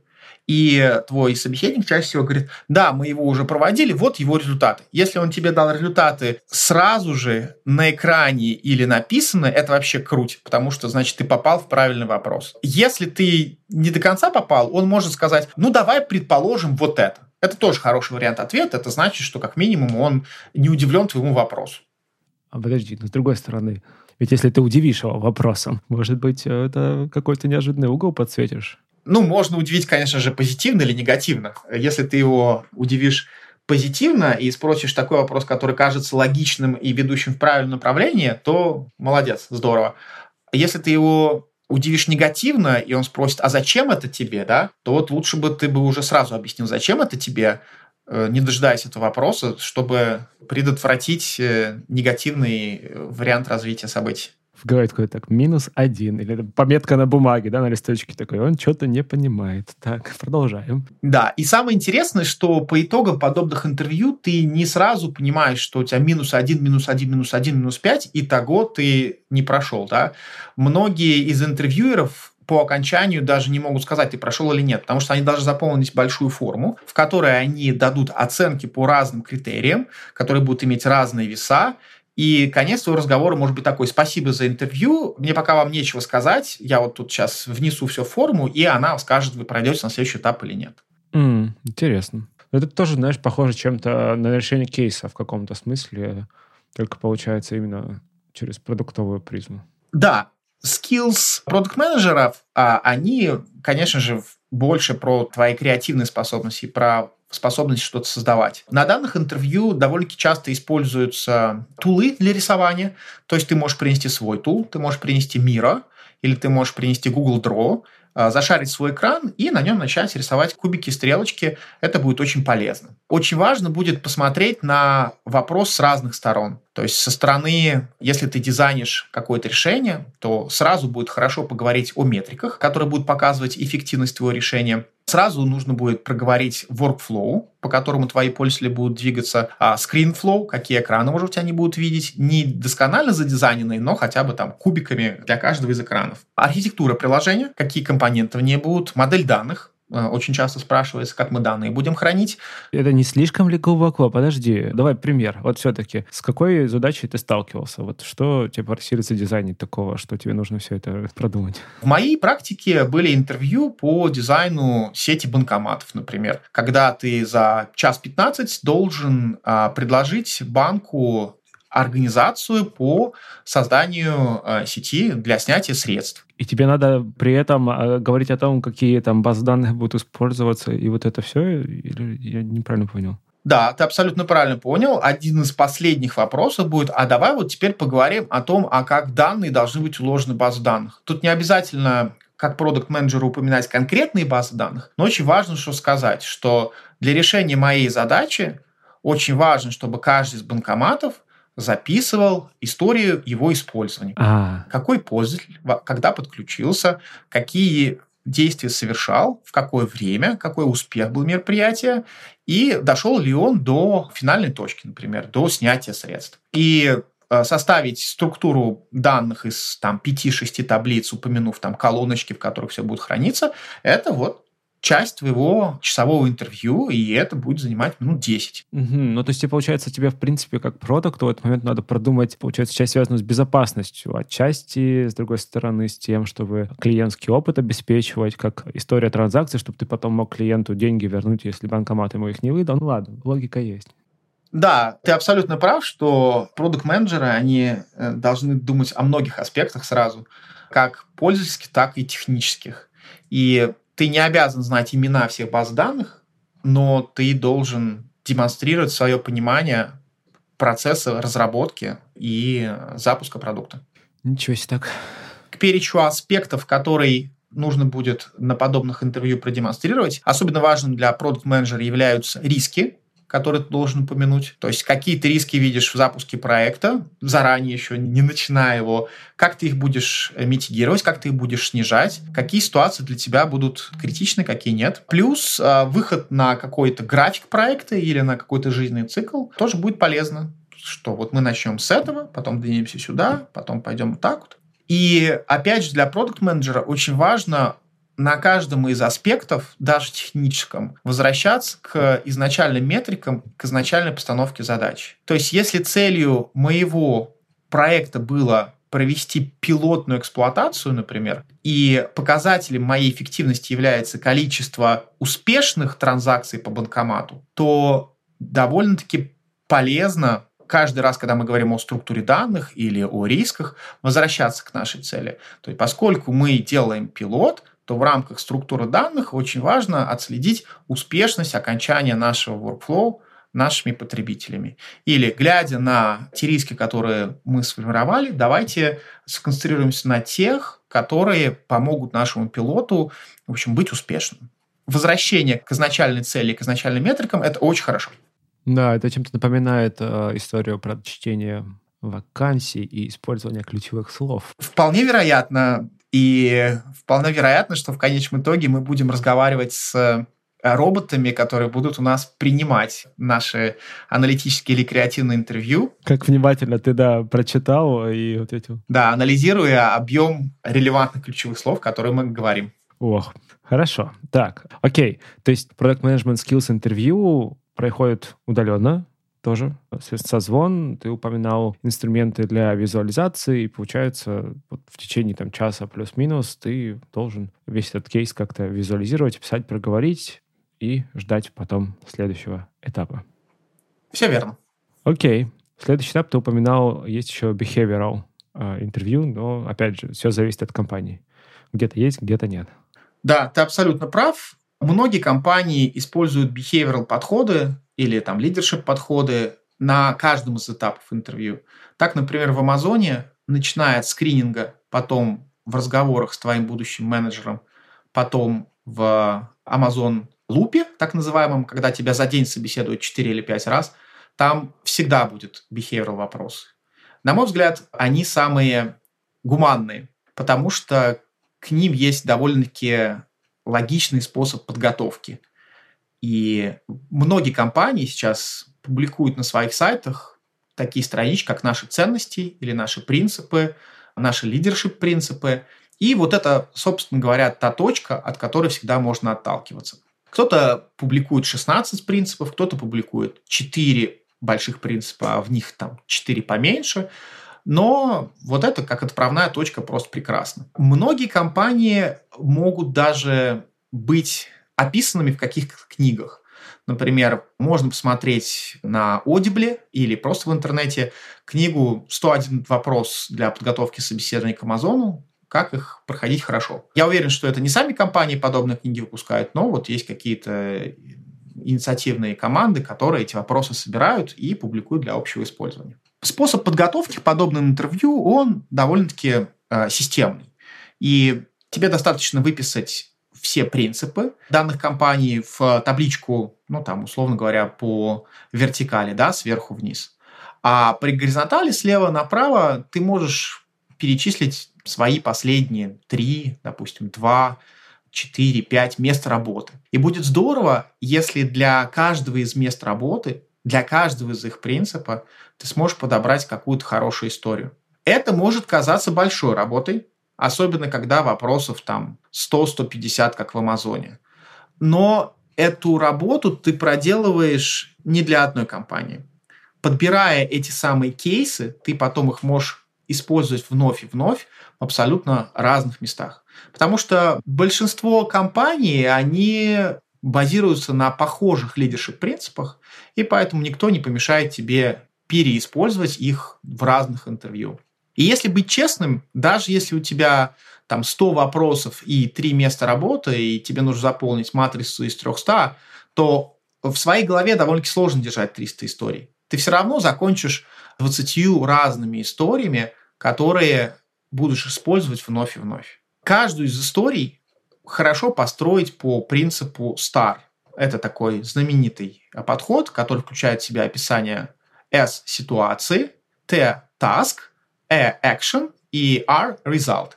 И твой собеседник чаще всего говорит: да, мы его уже проводили, вот его результаты. Если он тебе дал результаты сразу же на экране или написано, это вообще круть, потому что, значит, ты попал в правильный вопрос. Если ты не до конца попал, он может сказать: ну, давай предположим вот это. Это тоже хороший вариант ответа. Это значит, что как минимум он не удивлен твоему вопросу. А подожди, но с другой стороны, ведь если ты удивишь его вопросом, может быть, это какой-то неожиданный угол подсветишь? Ну, можно удивить, конечно же, позитивно или негативно. Если ты его удивишь позитивно и спросишь такой вопрос, который кажется логичным и ведущим в правильное направление, то молодец, здорово. Если ты его удивишь негативно, и он спросит: а зачем это тебе, да, то вот лучше бы ты бы уже сразу объяснил, зачем это тебе, не дожидаясь этого вопроса, чтобы предотвратить негативный вариант развития событий. В голове такой, так, -1, или пометка на бумаге, да, на листочке такой, он что-то не понимает. Так, продолжаем. Да, и самое интересное, что по итогам подобных интервью ты не сразу понимаешь, что у тебя -1, -1, -5, итого ты не прошел, да. Многие из интервьюеров по окончанию даже не могут сказать, ты прошел или нет, потому что они должны заполнить большую форму, в которой они дадут оценки по разным критериям, которые будут иметь разные веса. И конец твоего разговора может быть такой: спасибо за интервью, мне пока вам нечего сказать, я вот тут сейчас внесу все в форму, и она скажет, вы пройдете на следующий этап или нет. Интересно. Это тоже, знаешь, похоже чем-то на решение кейса в каком-то смысле, только получается именно через продуктовую призму. Да, skills продакт-менеджеров, они, конечно же, больше про твои креативные способности, про способность что-то создавать. На данных интервью довольно-таки часто используются тулы для рисования. То есть ты можешь принести свой тул, ты можешь принести Miro, или ты можешь принести Google Draw, зашарить свой экран и на нем начать рисовать кубики, стрелочки. Это будет очень полезно. Очень важно будет посмотреть на вопрос с разных сторон. То есть со стороны, если ты дизайнишь какое-то решение, то сразу будет хорошо поговорить о метриках, которые будут показывать эффективность твоего решения. Сразу нужно будет проговорить workflow, по которому твои пользователи будут двигаться, screen flow, какие экраны, может быть, они будут видеть, не досконально задизайненные, но хотя бы там кубиками для каждого из экранов. Архитектура приложения, какие компоненты в ней будут, модель данных. Очень часто спрашивается, как мы данные будем хранить. Это не слишком ли глубоко? Подожди, давай пример. Вот все-таки, с какой задачей ты сталкивался? Вот что тебе просили задизайнить такого, что тебе нужно все это продумать? В моей практике были интервью по дизайну сети банкоматов, например, когда ты за 1:15 должен предложить банку организацию по созданию сети для снятия средств. И тебе надо при этом говорить о том, какие там базы данных будут использоваться, и вот это все? Или я неправильно понял? Да, ты абсолютно правильно понял. Один из последних вопросов будет: а давай вот теперь поговорим о том, как данные должны быть уложены в базу данных. Тут не обязательно как продакт-менеджеру упоминать конкретные базы данных, но очень важно что сказать, что для решения моей задачи очень важно, чтобы каждый из банкоматов записывал историю его использования. Какой пользователь, когда подключился, какие действия совершал, в какое время, какой успех был мероприятия, и дошел ли он до финальной точки, например, до снятия средств. И составить структуру данных из 5-6 таблиц, упомянув колоночки, в которых все будет храниться, это вот часть твоего часового интервью, и это будет занимать минут 10. Ну, то есть, получается, тебе, в принципе, как продукту в этот момент надо продумать, получается, часть, связанную с безопасностью, отчасти, с другой стороны, с тем, чтобы клиентский опыт обеспечивать, как история транзакций, чтобы ты потом мог клиенту деньги вернуть, если банкомат ему их не выдал. Ну, ладно, логика есть. Да, ты абсолютно прав, что продакт-менеджеры, они должны думать о многих аспектах сразу, как пользовательских, так и технических. И ты не обязан знать имена всех баз данных, но ты должен демонстрировать свое понимание процесса разработки и запуска продукта. Ничего себе так. К перечню аспектов, которые нужно будет на подобных интервью продемонстрировать, особенно важным для продакт-менеджера являются риски, которые ты должен упомянуть. То есть, какие ты риски видишь в запуске проекта, заранее еще не начиная его, как ты их будешь митигировать, как ты их будешь снижать, какие ситуации для тебя будут критичны, какие нет. Плюс выход на какой-то график проекта или на какой-то жизненный цикл тоже будет полезно. Что вот мы начнем с этого, потом двинемся сюда, потом пойдем вот так вот. И опять же, для продакт-менеджера очень важно на каждом из аспектов, даже техническом, возвращаться к изначальным метрикам, к изначальной постановке задач. То есть, если целью моего проекта было провести пилотную эксплуатацию, например, и показателем моей эффективности является количество успешных транзакций по банкомату, то довольно-таки полезно каждый раз, когда мы говорим о структуре данных или о рисках, возвращаться к нашей цели. То есть, поскольку мы делаем пилот, то в рамках структуры данных очень важно отследить успешность окончания нашего workflow нашими потребителями. Или, глядя на те риски, которые мы сформировали, давайте сконцентрируемся на тех, которые помогут нашему пилоту, в общем, быть успешным. Возвращение к изначальной цели, к изначальным метрикам – это очень хорошо. Да, это чем-то напоминает историю про чтение вакансий и использование ключевых слов. Вполне вероятно. И вполне вероятно, что в конечном итоге мы будем разговаривать с роботами, которые будут у нас принимать наши аналитические или креативные интервью. Как внимательно ты, прочитал и ответил. Да, анализируя объем релевантных ключевых слов, которые мы говорим. Ох, хорошо. Так, окей. То есть Product Management Skills интервью проходит удаленно тоже. Созвон, ты упоминал инструменты для визуализации, и получается, вот в течение часа плюс-минус ты должен весь этот кейс как-то визуализировать, писать, проговорить и ждать потом следующего этапа. Все верно. Окей. Следующий этап ты упоминал, есть еще behavioral интервью, но, опять же, все зависит от компании. Где-то есть, где-то нет. Да, ты абсолютно прав. Многие компании используют behavioral подходы или leadership подходы на каждом из этапов интервью. Так, например, в Амазоне, начиная от скрининга, потом в разговорах с твоим будущим менеджером, потом в Amazon Loop, так называемом, когда тебя за день собеседуют 4 или 5 раз, там всегда будет behavioral вопрос. На мой взгляд, они самые гуманные, потому что к ним есть довольно-таки логичный способ подготовки. И многие компании сейчас публикуют на своих сайтах такие странички, как наши ценности или наши принципы, наши лидершип-принципы. И вот это, собственно говоря, та точка, от которой всегда можно отталкиваться. Кто-то публикует 16 принципов, кто-то публикует 4 больших принципа, а в них 4 поменьше. Но вот это как отправная точка просто прекрасно. Многие компании могут даже быть описанными в каких-то книгах. Например, можно посмотреть на Audible или просто в интернете книгу «101 вопрос для подготовки собеседования к Амазону. Как их проходить хорошо». Я уверен, что это не сами компании подобные книги выпускают, но вот есть какие-то инициативные команды, которые эти вопросы собирают и публикуют для общего использования. Способ подготовки к подобным интервью, он довольно-таки системный. И тебе достаточно выписать все принципы данных компаний в табличку, условно говоря, по вертикали, сверху вниз. А при горизонтали слева направо ты можешь перечислить свои последние 3, допустим, 2, 4, 5 мест работы. И будет здорово, если для каждого из мест работы, для каждого из их принципов ты сможешь подобрать какую-то хорошую историю. Это может казаться большой работой, особенно когда вопросов 100-150, как в Амазоне. Но эту работу ты проделываешь не для одной компании. Подбирая эти самые кейсы, ты потом их можешь использовать вновь и вновь в абсолютно разных местах. Потому что большинство компаний, они базируются на похожих лидершип-принципах, и поэтому никто не помешает тебе переиспользовать их в разных интервью. И если быть честным, даже если у тебя 100 вопросов и 3 места работы, и тебе нужно заполнить матрицу из 300, то в своей голове довольно-таки сложно держать 300 историй. Ты все равно закончишь 20 разными историями, которые будешь использовать вновь и вновь. Каждую из историй хорошо построить по принципу STAR. Это такой знаменитый подход, который включает в себя описание S – ситуации, T – task, E – action и R – result.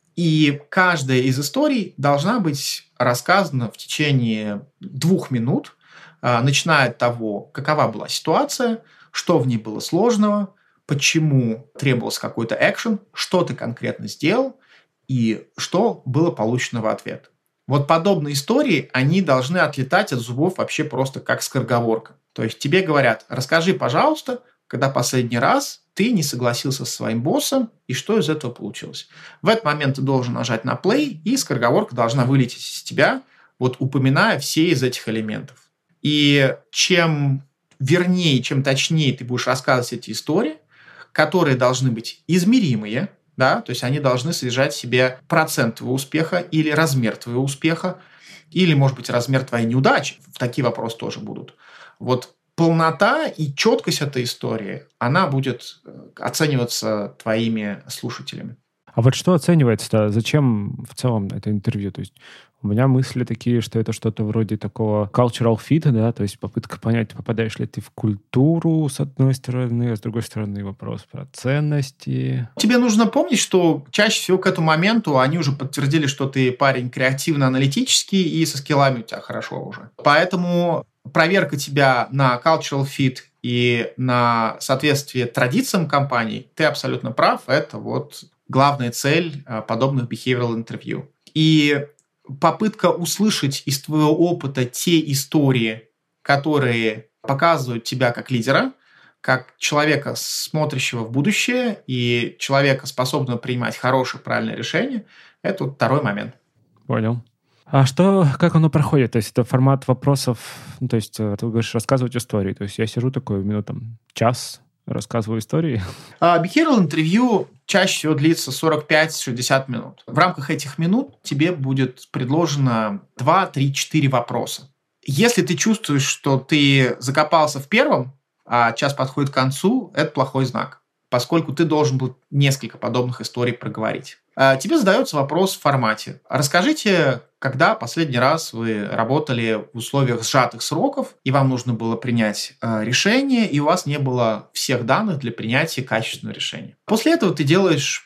И каждая из историй должна быть рассказана в течение 2 минут, начиная от того, какова была ситуация, что в ней было сложного, почему требовался какой-то экшен, что ты конкретно сделал и что было получено в ответ. Вот подобные истории, они должны отлетать от зубов вообще просто как скороговорка. То есть тебе говорят, расскажи, пожалуйста, когда последний раз ты не согласился со своим боссом, и что из этого получилось. В этот момент ты должен нажать на play, и скороговорка должна вылететь из тебя, вот упоминая все из этих элементов. И чем вернее, чем точнее ты будешь рассказывать эти истории, которые должны быть измеримые, да, то есть они должны содержать в себе процент твоего успеха или размер твоего успеха, или, может быть, размер твоей неудачи. Такие вопросы тоже будут. Вот полнота и четкость этой истории, она будет оцениваться твоими слушателями. А вот что оценивается-то? Зачем в целом это интервью? То есть у меня мысли такие, что это что-то вроде такого cultural fit, да, то есть попытка понять, попадаешь ли ты в культуру, с одной стороны, а с другой стороны вопрос про ценности. Тебе нужно помнить, что чаще всего к этому моменту они уже подтвердили, что ты парень креативно-аналитический и со скиллами у тебя хорошо уже. Поэтому проверка тебя на cultural fit и на соответствие традициям компании, ты абсолютно прав, это вот главная цель подобных behavioral интервью. И попытка услышать из твоего опыта те истории, которые показывают тебя как лидера, как человека, смотрящего в будущее, и человека, способного принимать хорошие, правильные решения, это вот второй момент. Понял. А как оно проходит? То есть это формат вопросов, ну, то есть ты говоришь рассказывать истории. То есть я сижу такой минут час, рассказываю истории. Behavioral интервью чаще всего длится 45-60 минут. В рамках этих минут тебе будет предложено 2, 3, 4 вопроса. Если ты чувствуешь, что ты закопался в первом, а час подходит к концу, это плохой знак, поскольку ты должен был несколько подобных историй проговорить. Тебе задается вопрос в формате. Расскажите, когда последний раз вы работали в условиях сжатых сроков, и вам нужно было принять решение, и у вас не было всех данных для принятия качественного решения. После этого ты делаешь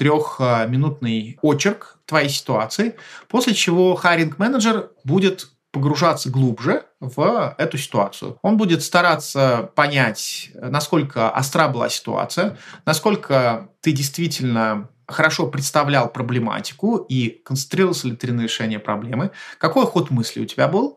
2-3-минутный очерк твоей ситуации, после чего хайринг-менеджер будет погружаться глубже в эту ситуацию. Он будет стараться понять, насколько остра была ситуация, насколько ты действительно хорошо представлял проблематику и концентрировался ли ты на решении проблемы, какой ход мысли у тебя был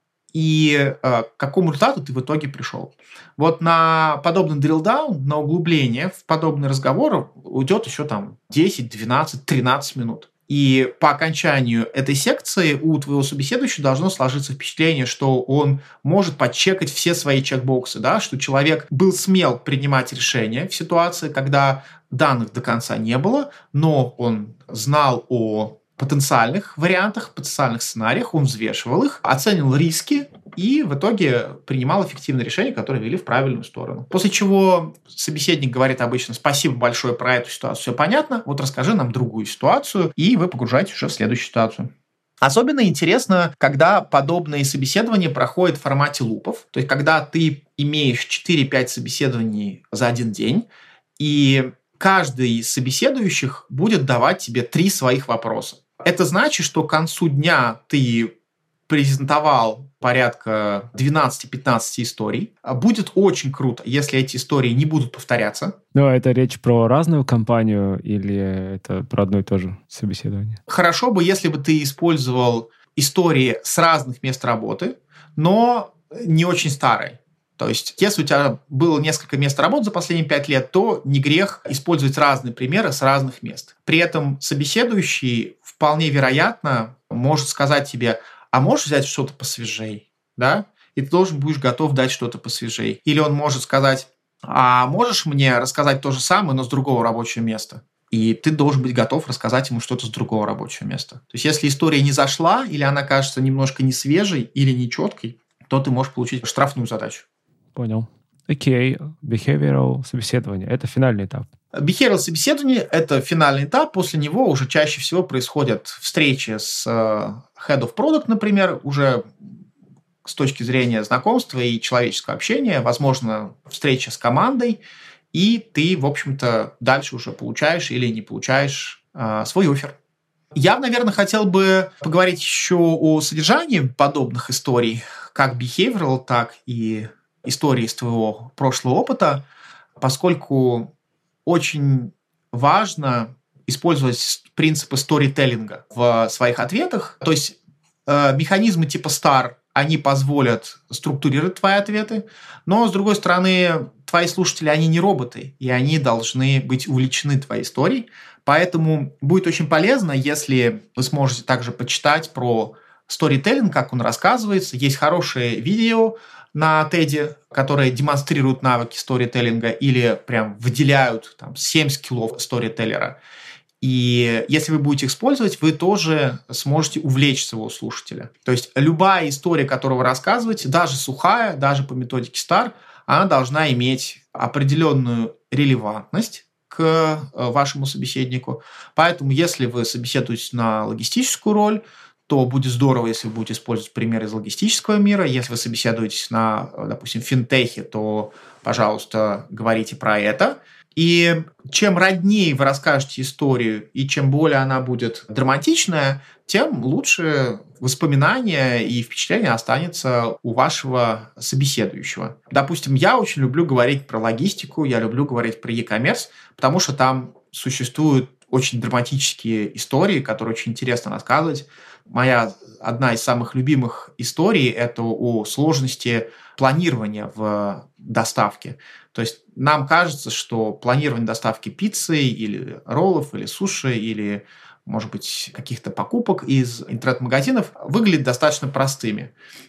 и к какому результату ты в итоге пришел. Вот на подобный drill-down, на углубление в подобный разговор уйдет еще 10, 12, 13 минут. И по окончанию этой секции у твоего собеседующего должно сложиться впечатление, что он может подчекать все свои чекбоксы, да, что человек был смел принимать решения в ситуации, когда данных до конца не было, но он знал о потенциальных вариантах, потенциальных сценариях, он взвешивал их, оценивал риски и в итоге принимал эффективные решения, которые вели в правильную сторону. После чего собеседник говорит обычно: спасибо большое, про эту ситуацию все понятно, вот расскажи нам другую ситуацию, и вы погружаетесь уже в следующую ситуацию. Особенно интересно, когда подобные собеседования проходят в формате лупов, то есть когда ты имеешь 4-5 собеседований за один день, и каждый из собеседующих будет давать тебе 3 своих вопроса. Это значит, что к концу дня ты презентовал порядка 12-15 историй. Будет очень круто, если эти истории не будут повторяться. Но это речь про разную компанию или это про одно и то же собеседование? Хорошо бы, если бы ты использовал истории с разных мест работы, но не очень старые. То есть, если у тебя было несколько мест работы за последние 5 лет, то не грех использовать разные примеры с разных мест. При этом собеседующий вполне вероятно может сказать тебе: а можешь взять что-то посвежей, да? И ты должен будешь готов дать что-то посвежей. Или он может сказать: а можешь мне рассказать то же самое, но с другого рабочего места? И ты должен быть готов рассказать ему что-то с другого рабочего места. То есть, если история не зашла, или она кажется немножко несвежей или нечеткой, то ты можешь получить штрафную задачу. Понял. Окей. Behavioral собеседование. Это финальный этап. Behavioral собеседование – это финальный этап. После него уже чаще всего происходят встречи с Head of Product, например, уже с точки зрения знакомства и человеческого общения. Возможно, встреча с командой. И ты, в общем-то, дальше уже получаешь или не получаешь свой оффер. Я, наверное, хотел бы поговорить еще о содержании подобных историй, как behavioral, так и истории из твоего прошлого опыта, поскольку очень важно использовать принципы сторителлинга в своих ответах. То есть Механизмы типа STAR, они позволят структурировать твои ответы, но, с другой стороны, твои слушатели, они не роботы, и они должны быть увлечены твоей историей, поэтому будет очень полезно, если вы сможете также почитать про сторителлинг, как он рассказывается. Есть хорошие видео на TED, которые демонстрируют навыки сторителлинга или прям выделяют 7 скиллов сторителлера. И если вы будете их использовать, вы тоже сможете увлечь своего слушателя. То есть любая история, которую вы рассказываете, даже сухая, даже по методике STAR, она должна иметь определенную релевантность к вашему собеседнику. Поэтому если вы собеседуете на логистическую роль, то будет здорово, если вы будете использовать примеры из логистического мира. Если вы собеседуетесь на, допустим, финтехе, то, пожалуйста, говорите про это. И чем роднее вы расскажете историю, и чем более она будет драматичная, тем лучше воспоминания и впечатление останется у вашего собеседующего. Допустим, я очень люблю говорить про логистику, я люблю говорить про e-commerce, потому что там существуют очень драматические истории, которые очень интересно рассказывать. Моя одна из самых любимых историй – это о сложности планирования в доставке. То есть нам кажется, что планирование доставки пиццы или роллов, или суши, или, может быть, каких-то покупок из интернет-магазинов выглядит достаточно простыми.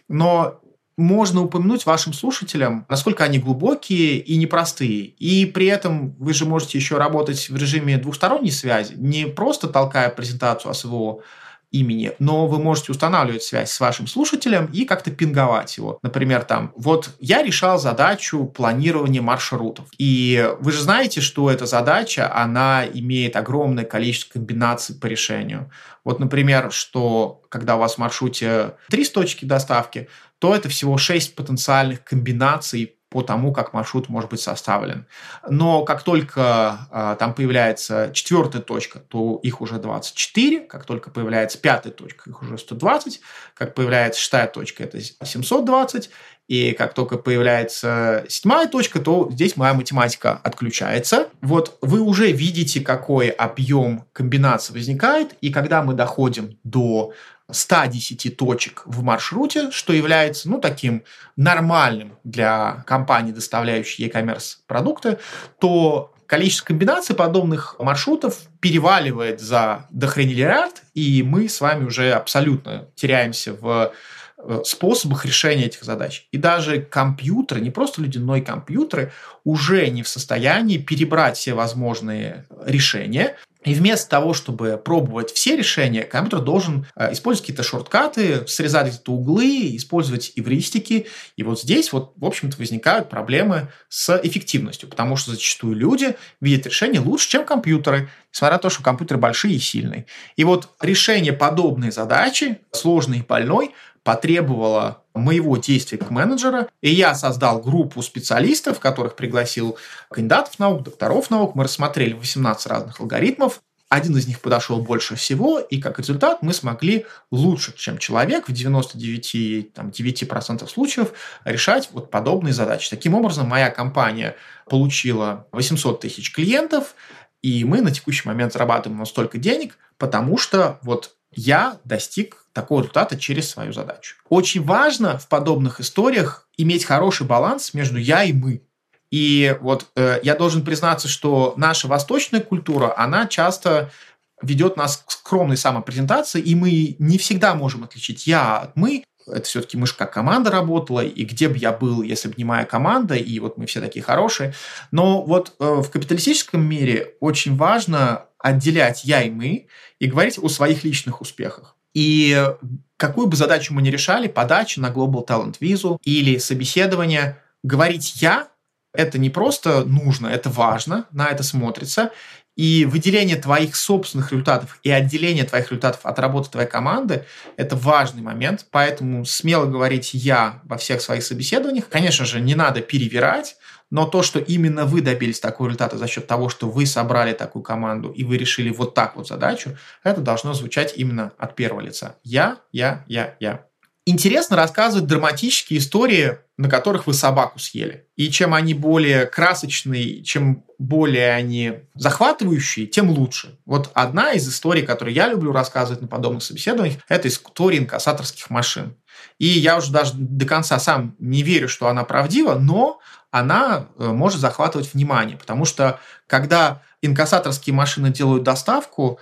Но можно упомянуть вашим слушателям, насколько они глубокие и непростые. И при этом вы же можете еще работать в режиме двухсторонней связи, не просто толкая презентацию о своего имени, но вы можете устанавливать связь с вашим слушателем и как-то пинговать его. Например, вот я решал задачу планирования маршрутов. И вы же знаете, что эта задача, она имеет огромное количество комбинаций по решению. Вот, например, что когда у вас в маршруте 3 точки доставки, то это всего 6 потенциальных комбинаций по тому, как маршрут может быть составлен. Но как только там появляется 4-я точка, то их уже 24. Как только появляется 5-я точка, их уже 120. Как появляется 6-я точка, это 720. И как только появляется 7-я точка, то здесь моя математика отключается. Вот вы уже видите, какой объем комбинаций возникает. И когда мы доходим до 110 точек в маршруте, что является, таким нормальным для компании, доставляющей e-commerce продукты, то количество комбинаций подобных маршрутов переваливает за дохрениллиард, и мы с вами уже абсолютно теряемся в способах решения этих задач. И даже компьютеры, не просто люди, но и компьютеры уже не в состоянии перебрать все возможные решения. И вместо того, чтобы пробовать все решения, компьютер должен использовать какие-то шорткаты, срезать какие-то углы, использовать эвристики. И вот здесь, в общем-то, возникают проблемы с эффективностью, потому что зачастую люди видят решения лучше, чем компьютеры, несмотря на то, что компьютеры большие и сильные. И вот решение подобной задачи, сложной и больной, потребовало моего действия как менеджера, и я создал группу специалистов, которых пригласил кандидатов наук, докторов наук. Мы рассмотрели 18 разных алгоритмов. Один из них подошел больше всего, и как результат мы смогли лучше, чем человек, в 99% случаев решать вот подобные задачи. Таким образом, моя компания получила 800 тысяч клиентов, и мы на текущий момент зарабатываем столько денег, потому что я достиг такого результата через свою задачу. Очень важно в подобных историях иметь хороший баланс между «я» и «мы». И я должен признаться, что наша восточная культура, она часто ведет нас к скромной самопрезентации, и мы не всегда можем отличить «я» от «мы». Это все-таки мы же как команда работала, и где бы я был, если бы не моя команда, и мы все такие хорошие. Но в капиталистическом мире очень важно отделять «я» и «мы» и говорить о своих личных успехах. И какую бы задачу мы ни решали, подача на Global Talent Visa или собеседование, говорить «я» – это не просто нужно, это важно, на это смотрится. И выделение твоих собственных результатов и отделение твоих результатов от работы твоей команды – это важный момент. Поэтому смело говорить «я» во всех своих собеседованиях. Конечно же, не надо перевирать, но то, что именно вы добились такого результата за счет того, что вы собрали такую команду и вы решили так задачу, это должно звучать именно от первого лица. Я. Интересно рассказывать драматические истории, на которых вы собаку съели. И чем они более красочные, чем более они захватывающие, тем лучше. Вот одна из историй, которую я люблю рассказывать на подобных собеседованиях, это история инкассаторских машин. И я уже даже до конца сам не верю, что она правдива, но она может захватывать внимание. Потому что когда инкассаторские машины делают доставку,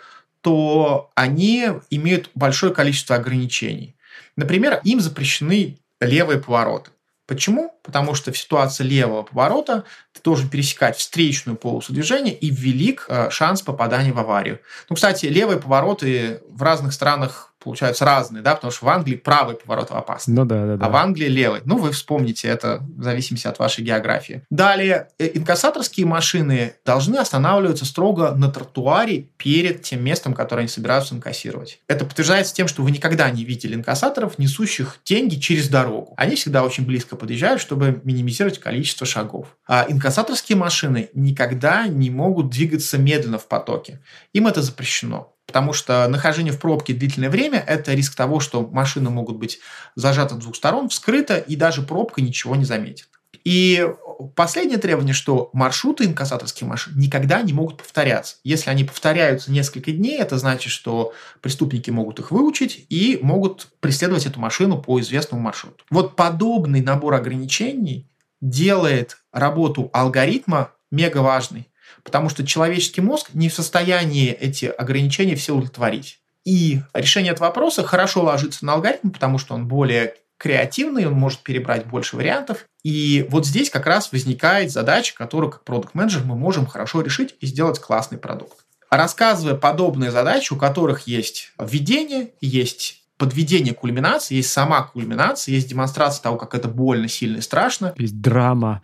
то они имеют большое количество ограничений. Например, им запрещены левые повороты. Почему? Потому что в ситуации левого поворота ты должен пересекать встречную полосу движения, и велик шанс попадания в аварию. Ну, кстати, левые повороты в разных странах получаются разные, да, потому что в Англии правый поворот опасный, а в Англии левый. Ну, вы вспомните это в зависимости от вашей географии. Далее, инкассаторские машины должны останавливаться строго на тротуаре перед тем местом, которое они собираются инкассировать. Это подтверждается тем, что вы никогда не видели инкассаторов, несущих деньги через дорогу. Они всегда очень близко подъезжают, чтобы минимизировать количество шагов. А инкассаторские машины никогда не могут двигаться медленно в потоке. Им это запрещено. Потому что нахождение в пробке длительное время – это риск того, что машины могут быть зажаты с двух сторон, вскрыта, и даже пробка ничего не заметит. И последнее требование, что маршруты инкассаторских машин никогда не могут повторяться. Если они повторяются несколько дней, это значит, что преступники могут их выучить и могут преследовать эту машину по известному маршруту. Вот подобный набор ограничений делает работу алгоритма мега важной. Потому что человеческий мозг не в состоянии эти ограничения все удовлетворить. И решение этого вопроса хорошо ложится на алгоритм, потому что он более креативный, он может перебрать больше вариантов. И вот здесь как раз возникает задача, которую как продакт-менеджер мы можем хорошо решить и сделать классный продукт. Рассказывая подобные задачи, у которых есть введение, есть подведение кульминации, есть сама кульминация, есть демонстрация того, как это больно, сильно и страшно. Есть драма.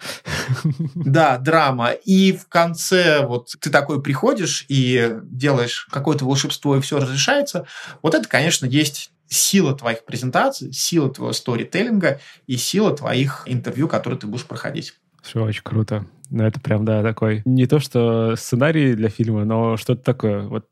Да, драма. И в конце вот ты такой приходишь и делаешь какое-то волшебство, и все разрешается. Вот это, конечно, есть сила твоих презентаций, сила твоего сторителлинга и сила твоих интервью, которые ты будешь проходить. Все очень круто. Ну, это прям, да, такой... Не то, что сценарий для фильма, но что-то такое вот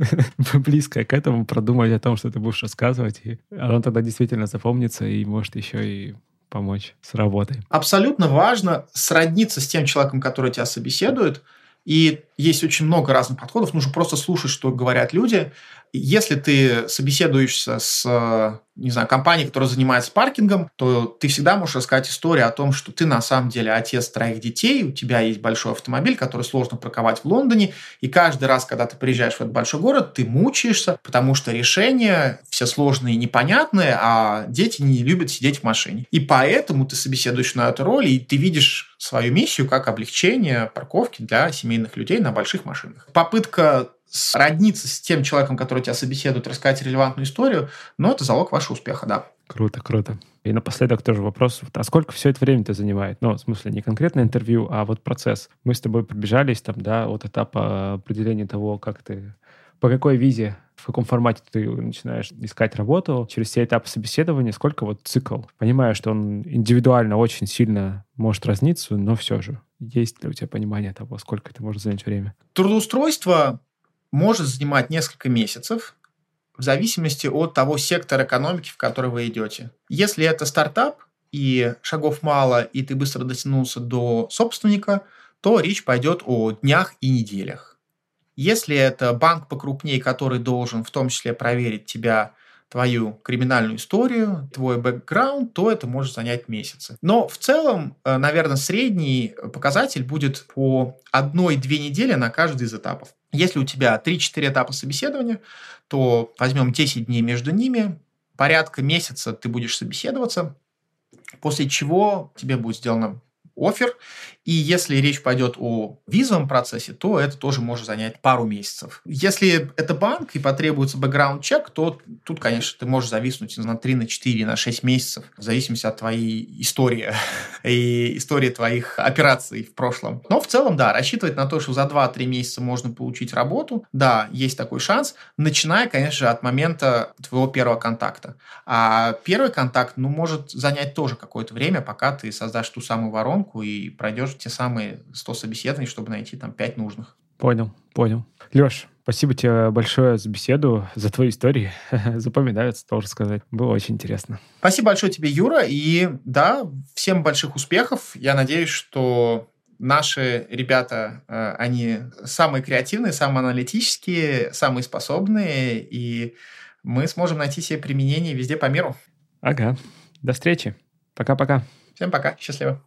близкое к этому, продумать о том, что ты будешь рассказывать, и оно тогда действительно запомнится и может еще и помочь с работой. Абсолютно важно сродниться с тем человеком, который тебя собеседует, и есть очень много разных подходов, нужно просто слушать, что говорят люди. Если ты собеседуешься с, не знаю, компанией, которая занимается паркингом, то ты всегда можешь рассказать историю о том, что ты на самом деле отец 3 детей, у тебя есть большой автомобиль, который сложно парковать в Лондоне, и каждый раз, когда ты приезжаешь в этот большой город, ты мучаешься, потому что решения все сложные и непонятные, а дети не любят сидеть в машине. И поэтому ты собеседуешь на эту роль, и ты видишь свою миссию как облегчение парковки для семейных людей на больших машинах. Попытка сродниться с тем человеком, который тебя собеседует, рассказать релевантную историю, но это залог вашего успеха, да. Круто, круто. И напоследок тоже вопрос, а сколько все это время-то занимает? Ну, в смысле, не конкретно интервью, а вот процесс. Мы с тобой пробежались там, да, от этапа определения того, как ты, по какой визе, в каком формате ты начинаешь искать работу, через все этапы собеседования, сколько вот цикл? Понимаю, что он индивидуально очень сильно может разниться, но все же. Есть ли у тебя понимание того, сколько это может занять время? Трудоустройство может занимать несколько месяцев в зависимости от того сектора экономики, в который вы идете. Если это стартап, и шагов мало, и ты быстро дотянулся до собственника, то речь пойдет о днях и неделях. Если это банк покрупнее, который должен в том числе проверить тебя, твою криминальную историю, твой бэкграунд, то это может занять месяцы. Но в целом, наверное, средний показатель будет по 1-2 недели на каждый из этапов. Если у тебя 3-4 этапа собеседования, то возьмем 10 дней между ними, порядка месяца ты будешь собеседоваться, после чего тебе будет сделано оффер. И если речь пойдет о визовом процессе, то это тоже может занять пару месяцев. Если это банк и потребуется бэкграунд-чек, то тут, конечно, ты можешь зависнуть на 3, на 4, на 6 месяцев, в зависимости от твоей истории и истории твоих операций в прошлом. Но в целом, да, рассчитывать на то, что за 2-3 месяца можно получить работу, да, есть такой шанс, начиная, конечно же, от момента твоего первого контакта. А первый контакт, может занять тоже какое-то время, пока ты создашь ту самую воронку и пройдешь те самые 100 собеседований, чтобы найти там 5 нужных. Понял. Леш, Спасибо тебе большое за беседу, за твои истории. Запоминаются, должен сказать. Было очень интересно. Спасибо большое тебе, Юра. И да, всем больших успехов. Я надеюсь, что наши ребята, они самые креативные, самые аналитические, самые способные, и мы сможем найти себе применение везде по миру. Ага. До встречи. Пока-пока. Всем пока. Счастливо.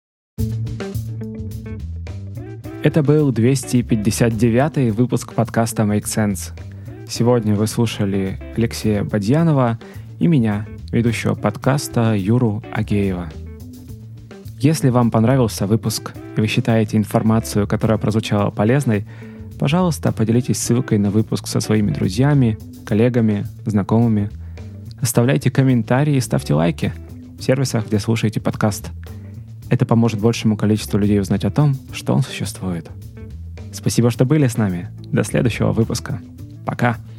Это был 259-й выпуск подкаста Make Sense. Сегодня вы слушали Алексея Бадьянова и меня, ведущего подкаста Юру Агеева. Если вам понравился выпуск и вы считаете информацию, которая прозвучала, полезной, пожалуйста, поделитесь ссылкой на выпуск со своими друзьями, коллегами, знакомыми. Оставляйте комментарии и ставьте лайки в сервисах, где слушаете подкаст. Это поможет большему количеству людей узнать о том, что он существует. Спасибо, что были с нами. До следующего выпуска. Пока.